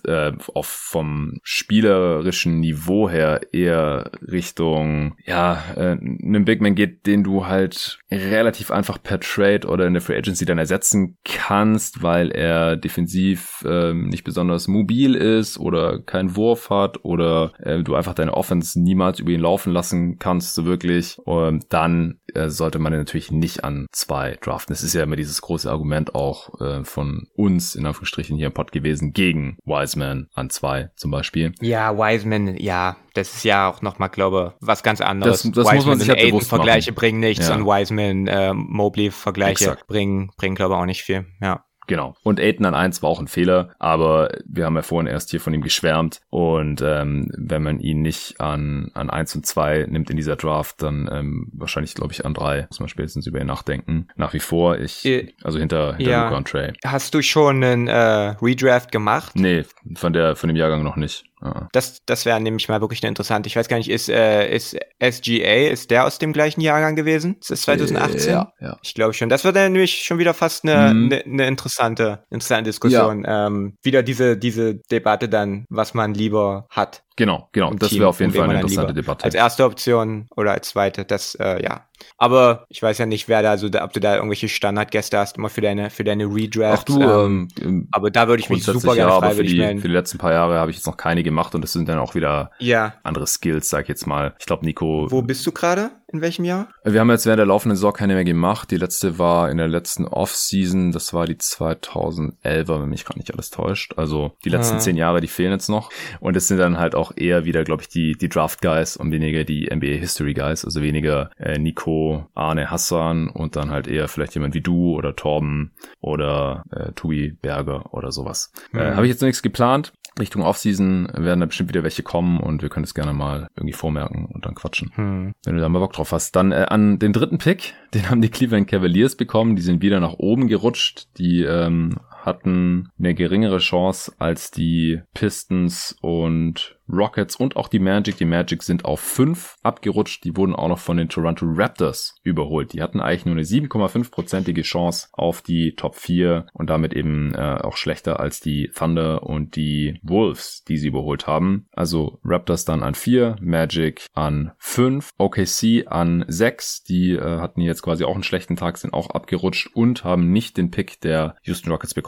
vom spielerischen Niveau her eher Richtung einem Big Man geht, den du halt relativ einfach per Trade oder in der Free Agency dann ersetzen kannst, weil er defensiv nicht besonders mobil ist oder keinen Wurf hat oder du einfach deine Offense niemals über ihn laufen lassen kannst, so wirklich, dann sollte man den natürlich nicht an 2 draften. Das ist ja immer dieses große Argument auch von uns, in Anführungsstrichen, hier im Pod gewesen, gegen Wiseman an 2 zum Beispiel. Ja, Wiseman, ja, das ist ja auch nochmal, glaube ich, was ganz anderes. Das muss man sich halt bewusst machen. Vergleiche bringen nichts und Wiseman, Mobley-Vergleiche bringen, glaube ich, auch nicht viel, ja. Genau. Und Ayton an 1 war auch ein Fehler, aber wir haben ja vorhin erst hier von ihm geschwärmt und wenn man ihn nicht an 1 und 2 nimmt in dieser Draft, dann wahrscheinlich, glaube ich, an 3 muss man spätestens über ihn nachdenken. Nach wie vor, also hinter Luka und Trae. Hast du schon einen Redraft gemacht? Nee, von dem Jahrgang noch nicht. Das wäre nämlich mal wirklich interessant. Ich weiß gar nicht, ist SGA, ist der aus dem gleichen Jahrgang gewesen? Ist das 2018? Ja. Ich glaube schon. Das wird dann nämlich schon wieder fast eine interessante Diskussion. Ja. Wieder diese Debatte dann, was man lieber hat. Genau. Das wäre auf jeden Fall eine interessante Debatte. Als erste Option oder als zweite, das, ja. Aber ich weiß ja nicht, ob du da irgendwelche Standardgäste hast, immer für deine Redrafts. Ach du, aber da würde ich mich super gerne freiwillig melden. Für die letzten paar Jahre habe ich jetzt noch keine gemacht und das sind dann auch wieder andere Skills, sag ich jetzt mal. Ich glaube, Nico. Wo bist du gerade? In welchem Jahr? Wir haben jetzt während der laufenden Saison keine mehr gemacht. Die letzte war in der letzten Off-Season. Das war die 2011er, wenn mich gerade nicht alles täuscht. Also die letzten 10 Jahre, die fehlen jetzt noch. Und es sind dann halt auch eher wieder, glaube ich, die Draft-Guys und weniger die NBA-History-Guys. Also weniger Nico, Arne, Hassan und dann halt eher vielleicht jemand wie du oder Torben oder Tobi Berger oder sowas. Habe ich jetzt noch nichts geplant. Richtung Offseason werden da bestimmt wieder welche kommen und wir können das gerne mal irgendwie vormerken und dann quatschen. Wenn du da mal Bock drauf hast. Dann an den 3. Pick, den haben die Cleveland Cavaliers bekommen. Die sind wieder nach oben gerutscht. Die hatten eine geringere Chance als die Pistons und Rockets und auch die Magic. Die Magic sind auf 5 abgerutscht. Die wurden auch noch von den Toronto Raptors überholt. Die hatten eigentlich nur eine 7,5%ige Chance auf die Top 4 und damit eben auch schlechter als die Thunder und die Wolves, die sie überholt haben. Also Raptors dann an 4, Magic an 5, OKC an 6. Die hatten jetzt quasi auch einen schlechten Tag, sind auch abgerutscht und haben nicht den Pick der Houston Rockets bekommen.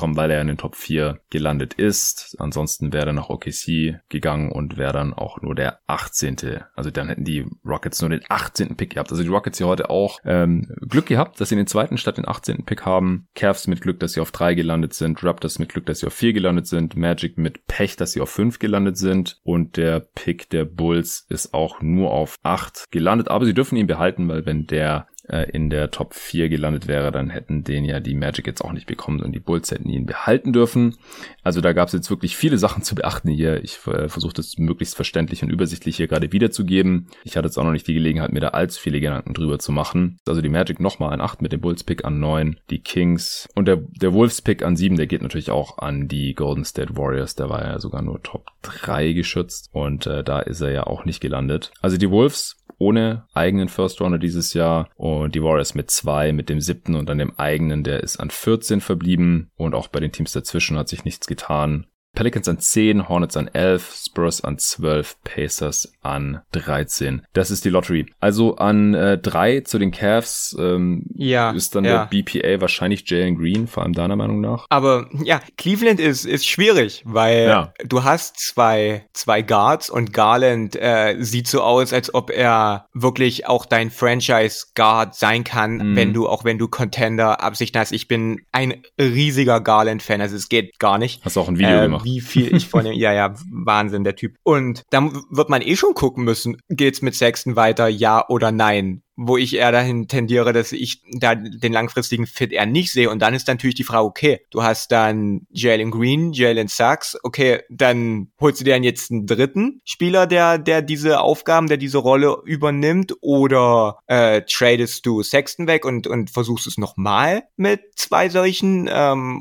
bekommen, weil er in den Top 4 gelandet ist. Ansonsten wäre er nach OKC gegangen und wäre dann auch nur der 18. Also dann hätten die Rockets nur den 18. Pick gehabt. Also die Rockets hier heute auch Glück gehabt, dass sie den zweiten statt den 18. Pick haben. Cavs mit Glück, dass sie auf 3 gelandet sind. Raptors mit Glück, dass sie auf 4 gelandet sind. Magic mit Pech, dass sie auf 5 gelandet sind. Und der Pick der Bulls ist auch nur auf 8 gelandet. Aber sie dürfen ihn behalten, weil wenn der in der Top 4 gelandet wäre, dann hätten den ja die Magic jetzt auch nicht bekommen und die Bulls hätten ihn behalten dürfen. Also da gab es jetzt wirklich viele Sachen zu beachten hier. Ich versuche das möglichst verständlich und übersichtlich hier gerade wiederzugeben. Ich hatte jetzt auch noch nicht die Gelegenheit, mir da allzu viele Gedanken drüber zu machen. Also die Magic nochmal an 8 mit dem Bulls-Pick an 9, die Kings und der Wolves-Pick an 7, der geht natürlich auch an die Golden State Warriors. Der war ja sogar nur Top 3 geschützt und da ist er ja auch nicht gelandet. Also die Wolves ohne eigenen First Rounder dieses Jahr und die Warriors mit 2, mit dem 7. und dann dem eigenen, der ist an 14 verblieben und auch bei den Teams dazwischen hat sich nichts getan. Pelicans an 10, Hornets an 11, Spurs an 12, Pacers an 13. Das ist die Lottery. Also an 3 zu den Cavs ist dann der BPA wahrscheinlich Jalen Green, vor allem deiner Meinung nach. Aber ja, Cleveland ist schwierig, weil du hast zwei Guards und Garland sieht so aus, als ob er wirklich auch dein Franchise-Guard sein kann, wenn du Contender-Absichten hast. Ich bin ein riesiger Garland-Fan, also es geht gar nicht. Hast du auch ein Video gemacht? Wie viel ich von dem, Wahnsinn, der Typ. Und dann wird man schon gucken müssen, geht's mit Sexton weiter, ja oder nein? Wo ich eher dahin tendiere, dass ich da den langfristigen Fit eher nicht sehe. Und dann ist natürlich die Frage, okay, du hast dann Jalen Green, Jalen Suggs, okay, dann holst du dir dann jetzt einen dritten Spieler, der diese Aufgaben, der diese Rolle übernimmt, oder tradest du Sexton weg und versuchst es nochmal mit 2 solchen,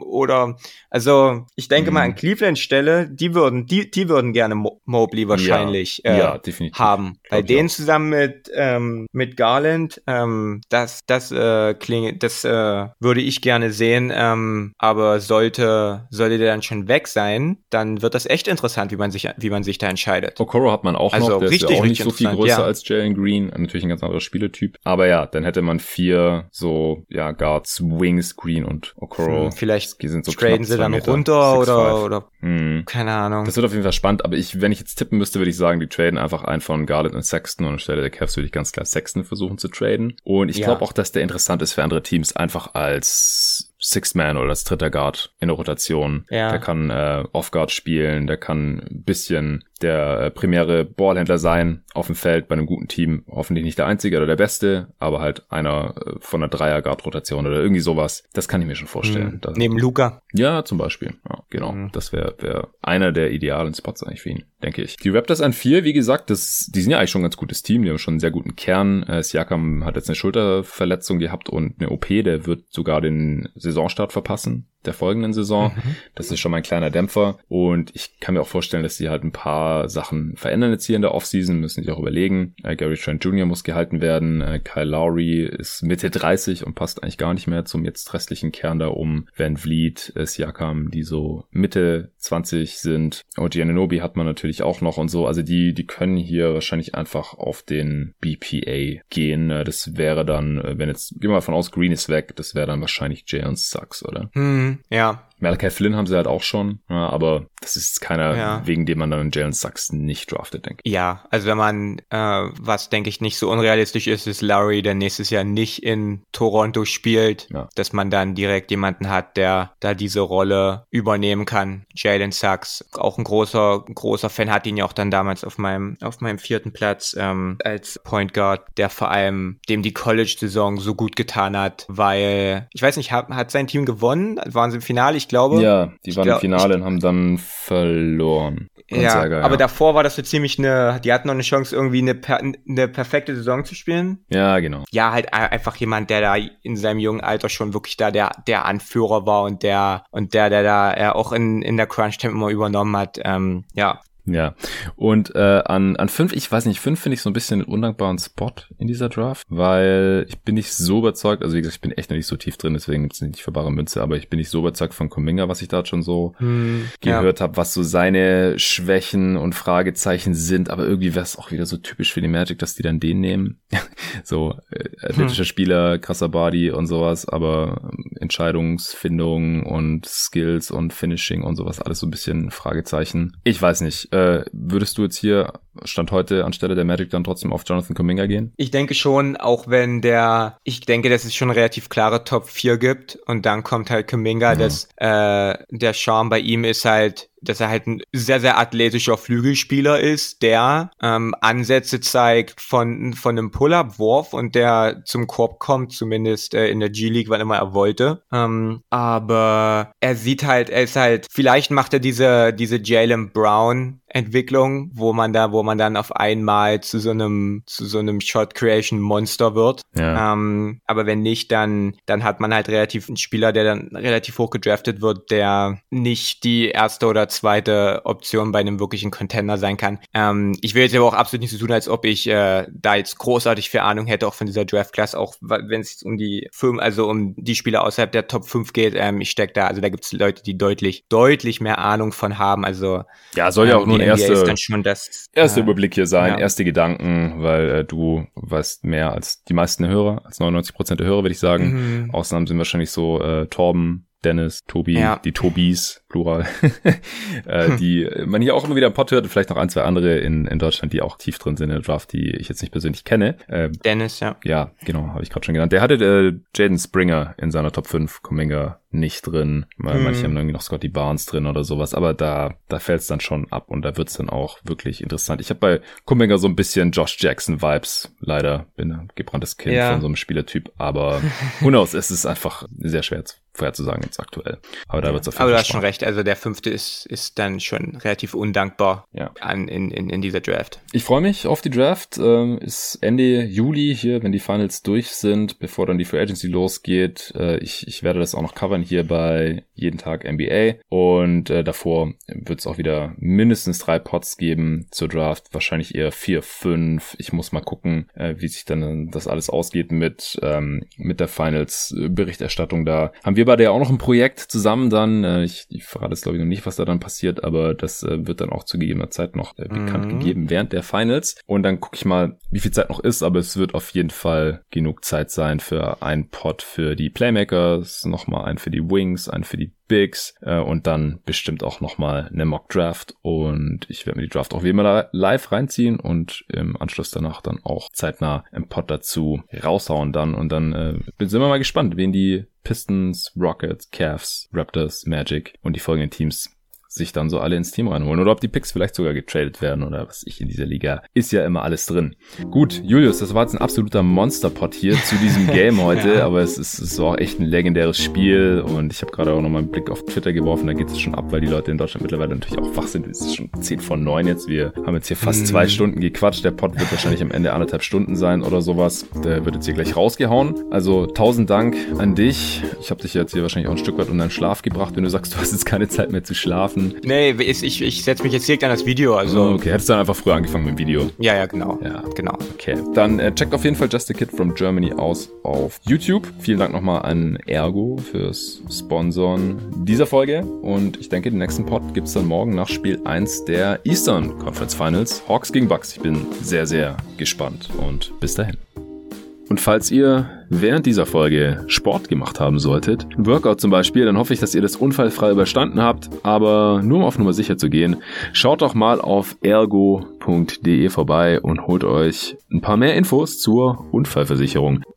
also ich denke mal an Cleveland Stelle, die würden gerne Mobley wahrscheinlich definitiv haben. Bei denen zusammen mit Garland, das würde ich gerne sehen, aber sollte der dann schon weg sein, dann wird das echt interessant, wie man sich da entscheidet. Okoro hat man auch noch, der ist ja auch nicht so viel größer als Jalen Green, natürlich ein ganz anderer Spielertyp, aber ja, dann hätte man 4 so, Guards, Wings, Green und Okoro. Vielleicht die sind so traden sie dann Meter, runter 6, oder keine Ahnung. Das wird auf jeden Fall spannend, aber wenn ich jetzt tippen müsste, würde ich sagen, die traden einfach einen von Garland und Sexton und anstelle der Cavs würde ich ganz klar Sexton versuchen zu traden. Und ich glaube auch, dass der interessant ist für andere Teams, einfach als Sixth Man oder als dritter Guard in der Rotation. Ja. Der kann Off-Guard spielen, der kann ein bisschen der primäre Ballhändler sein auf dem Feld bei einem guten Team. Hoffentlich nicht der Einzige oder der Beste, aber halt einer von einer Dreier-Guard-Rotation oder irgendwie sowas. Das kann ich mir schon vorstellen. Neben Luka? Ja, zum Beispiel. Ja, genau. Das wäre einer der idealen Spots eigentlich für ihn, denke ich. Die Raptors an 4, wie gesagt, die sind ja eigentlich schon ein ganz gutes Team. Die haben schon einen sehr guten Kern. Siakam hat jetzt eine Schulterverletzung gehabt und eine OP. Der wird sogar den Saisonstart verpassen der folgenden Saison. Das ist schon mal ein kleiner Dämpfer und ich kann mir auch vorstellen, dass sie halt ein paar Sachen verändern jetzt hier in der Offseason, müssen sich auch überlegen. Gary Trent Jr. muss gehalten werden, Kyle Lowry ist Mitte 30 und passt eigentlich gar nicht mehr zum jetzt restlichen Kern da um. Van Vliet, Siakam, die so Mitte 20 sind. OG Anunoby hat man natürlich auch noch und so, also die können hier wahrscheinlich einfach auf den BPA gehen. Das wäre dann, wenn jetzt, gehen wir mal von aus, Green ist weg, das wäre dann wahrscheinlich Jalen Suggs, oder? Ja. Malachi Flynn haben sie halt auch schon, aber das ist keiner, wegen dem man dann Jalen Suggs nicht draftet, denke ich. Ja, also wenn man, was denke ich nicht so unrealistisch ist Larry, der nächstes Jahr nicht in Toronto spielt, dass man dann direkt jemanden hat, der da diese Rolle übernehmen kann. Jalen Suggs, auch ein großer Fan, hat ihn ja auch dann damals auf meinem 4. Platz als Point Guard, der vor allem dem die College-Saison so gut getan hat, weil, ich weiß nicht, hat sein Team gewonnen? Waren sie im Finale? Ich glaube. Ja, die waren im Finale und haben dann verloren. Aber davor war das so ziemlich die hatten noch eine Chance, irgendwie eine perfekte Saison zu spielen. Ja, genau. Ja, halt einfach jemand, der da in seinem jungen Alter schon wirklich da der Anführer war und der da auch in der Crunch-Time immer übernommen hat. Ja, und an 5, ich weiß nicht, 5 finde ich so ein bisschen einen undankbaren Spot in dieser Draft, weil ich bin nicht so überzeugt, also wie gesagt, ich bin echt noch nicht so tief drin, deswegen gibt's nicht für bare Münze, aber ich bin nicht so überzeugt von Kuminga, was ich da schon so gehört habe, was so seine Schwächen und Fragezeichen sind, aber irgendwie wäre es auch wieder so typisch für die Magic, dass die dann den nehmen. So athletischer Spieler, krasser Body und sowas, aber Entscheidungsfindung und Skills und Finishing und sowas, alles so ein bisschen Fragezeichen. Ich weiß nicht, würdest du jetzt hier Stand heute anstelle der Magic dann trotzdem auf Jonathan Kuminga gehen? Ich denke schon, auch wenn ich denke, dass es schon relativ klare Top 4 gibt und dann kommt halt Kuminga, dass der Charme bei ihm ist halt, dass er halt ein sehr, sehr athletischer Flügelspieler ist, der Ansätze zeigt von einem Pull-Up-Wurf und der zum Korb kommt, zumindest in der G-League, wann immer er wollte. Aber er ist halt, vielleicht macht er diese Jaylen Brown Entwicklung, wo man dann auf einmal zu so einem Shot Creation Monster wird. Ja. Aber wenn nicht, dann hat man halt relativ einen Spieler, der dann relativ hoch gedraftet wird, der nicht die erste oder zweite Option bei einem wirklichen Contender sein kann. Ich will jetzt aber auch absolut nicht so tun, als ob ich da jetzt großartig viel Ahnung hätte, auch von dieser Draft-Class, auch wenn es um die Spieler außerhalb der Top 5 geht. Ich stecke da, also da gibt es Leute, die deutlich mehr Ahnung von haben. Also ja, soll ja auch nur ein erster Überblick hier sein, ja. Erste Gedanken, weil du weißt mehr als die meisten Hörer, als 99% der Hörer, würde ich sagen. Ausnahmen sind wahrscheinlich so Torben, Dennis, Tobi, die Tobis, Plural, die man hier auch immer wieder im Pod hört und vielleicht noch ein, zwei andere in Deutschland, die auch tief drin sind in der Draft, die ich jetzt nicht persönlich kenne. Dennis, ja. Ja, genau, habe ich gerade schon genannt. Der hatte Jaden Springer in seiner Top 5, Kuminga nicht drin. Manche haben irgendwie noch Scotty Barnes drin oder sowas, aber da fällt es dann schon ab und da wird es dann auch wirklich interessant. Ich habe bei Kuminga so ein bisschen Josh Jackson-Vibes, leider. Bin ein gebranntes Kind von so einem Spielertyp, aber who knows, es ist einfach sehr schwer vorherzusagen jetzt aktuell. Aber da wird's auf jeden Fall. Aber du hast schon recht, also der 5. ist dann schon relativ undankbar in dieser Draft. Ich freue mich auf die Draft. Ist Ende Juli hier, wenn die Finals durch sind, bevor dann die Free Agency losgeht. Ich werde das auch noch covern hier bei Jeden Tag NBA und davor wird es auch wieder mindestens 3 Pods geben zur Draft, wahrscheinlich eher 4, 5. Ich muss mal gucken, wie sich dann das alles ausgeht mit der Finals-Berichterstattung. Da haben wir beide ja auch noch ein Projekt zusammen dann. Ich verrate jetzt glaube ich noch nicht, was da dann passiert, aber das wird dann auch zu gegebener Zeit noch bekannt gegeben während der Finals. Und dann gucke ich mal, wie viel Zeit noch ist, aber es wird auf jeden Fall genug Zeit sein für einen Pod für die Playmakers, nochmal einen für die Wings, einen für die Bigs und dann bestimmt auch nochmal eine Mock-Draft und ich werde mir die Draft auch wie immer live reinziehen und im Anschluss danach dann auch zeitnah im Pod dazu raushauen dann und dann sind wir mal gespannt, wen die Pistons, Rockets, Cavs, Raptors, Magic und die folgenden Teams sich dann so alle ins Team reinholen oder ob die Picks vielleicht sogar getradet werden oder was ich in dieser Liga. Ist ja immer alles drin. Gut, Julius, das war jetzt ein absoluter Monster-Pod hier zu diesem Game heute, aber es war auch echt ein legendäres Spiel und ich habe gerade auch nochmal einen Blick auf Twitter geworfen, da geht es schon ab, weil die Leute in Deutschland mittlerweile natürlich auch wach sind. Es ist schon 10 vor 9 jetzt. Wir haben jetzt hier fast 2 Stunden gequatscht. Der Pod wird wahrscheinlich am Ende 1,5 Stunden sein oder sowas. Der wird jetzt hier gleich rausgehauen. Also 1000 Dank an dich. Ich habe dich jetzt hier wahrscheinlich auch ein Stück weit um deinen Schlaf gebracht, wenn du sagst, du hast jetzt keine Zeit mehr zu schlafen. Nee, ich setze mich jetzt direkt an das Video, also. Okay, hättest du dann einfach früher angefangen mit dem Video? Ja, genau. Ja, genau. Okay, dann checkt auf jeden Fall Just a Kid from Germany aus auf YouTube. Vielen Dank nochmal an Ergo fürs Sponsoren dieser Folge und ich denke, den nächsten Pod gibt's dann morgen nach Spiel 1 der Eastern Conference Finals. Hawks gegen Bucks. Ich bin sehr, sehr gespannt und bis dahin. Und falls ihr während dieser Folge Sport gemacht haben solltet, ein Workout zum Beispiel, dann hoffe ich, dass ihr das unfallfrei überstanden habt. Aber nur um auf Nummer sicher zu gehen, schaut doch mal auf ergo.de vorbei und holt euch ein paar mehr Infos zur Unfallversicherung.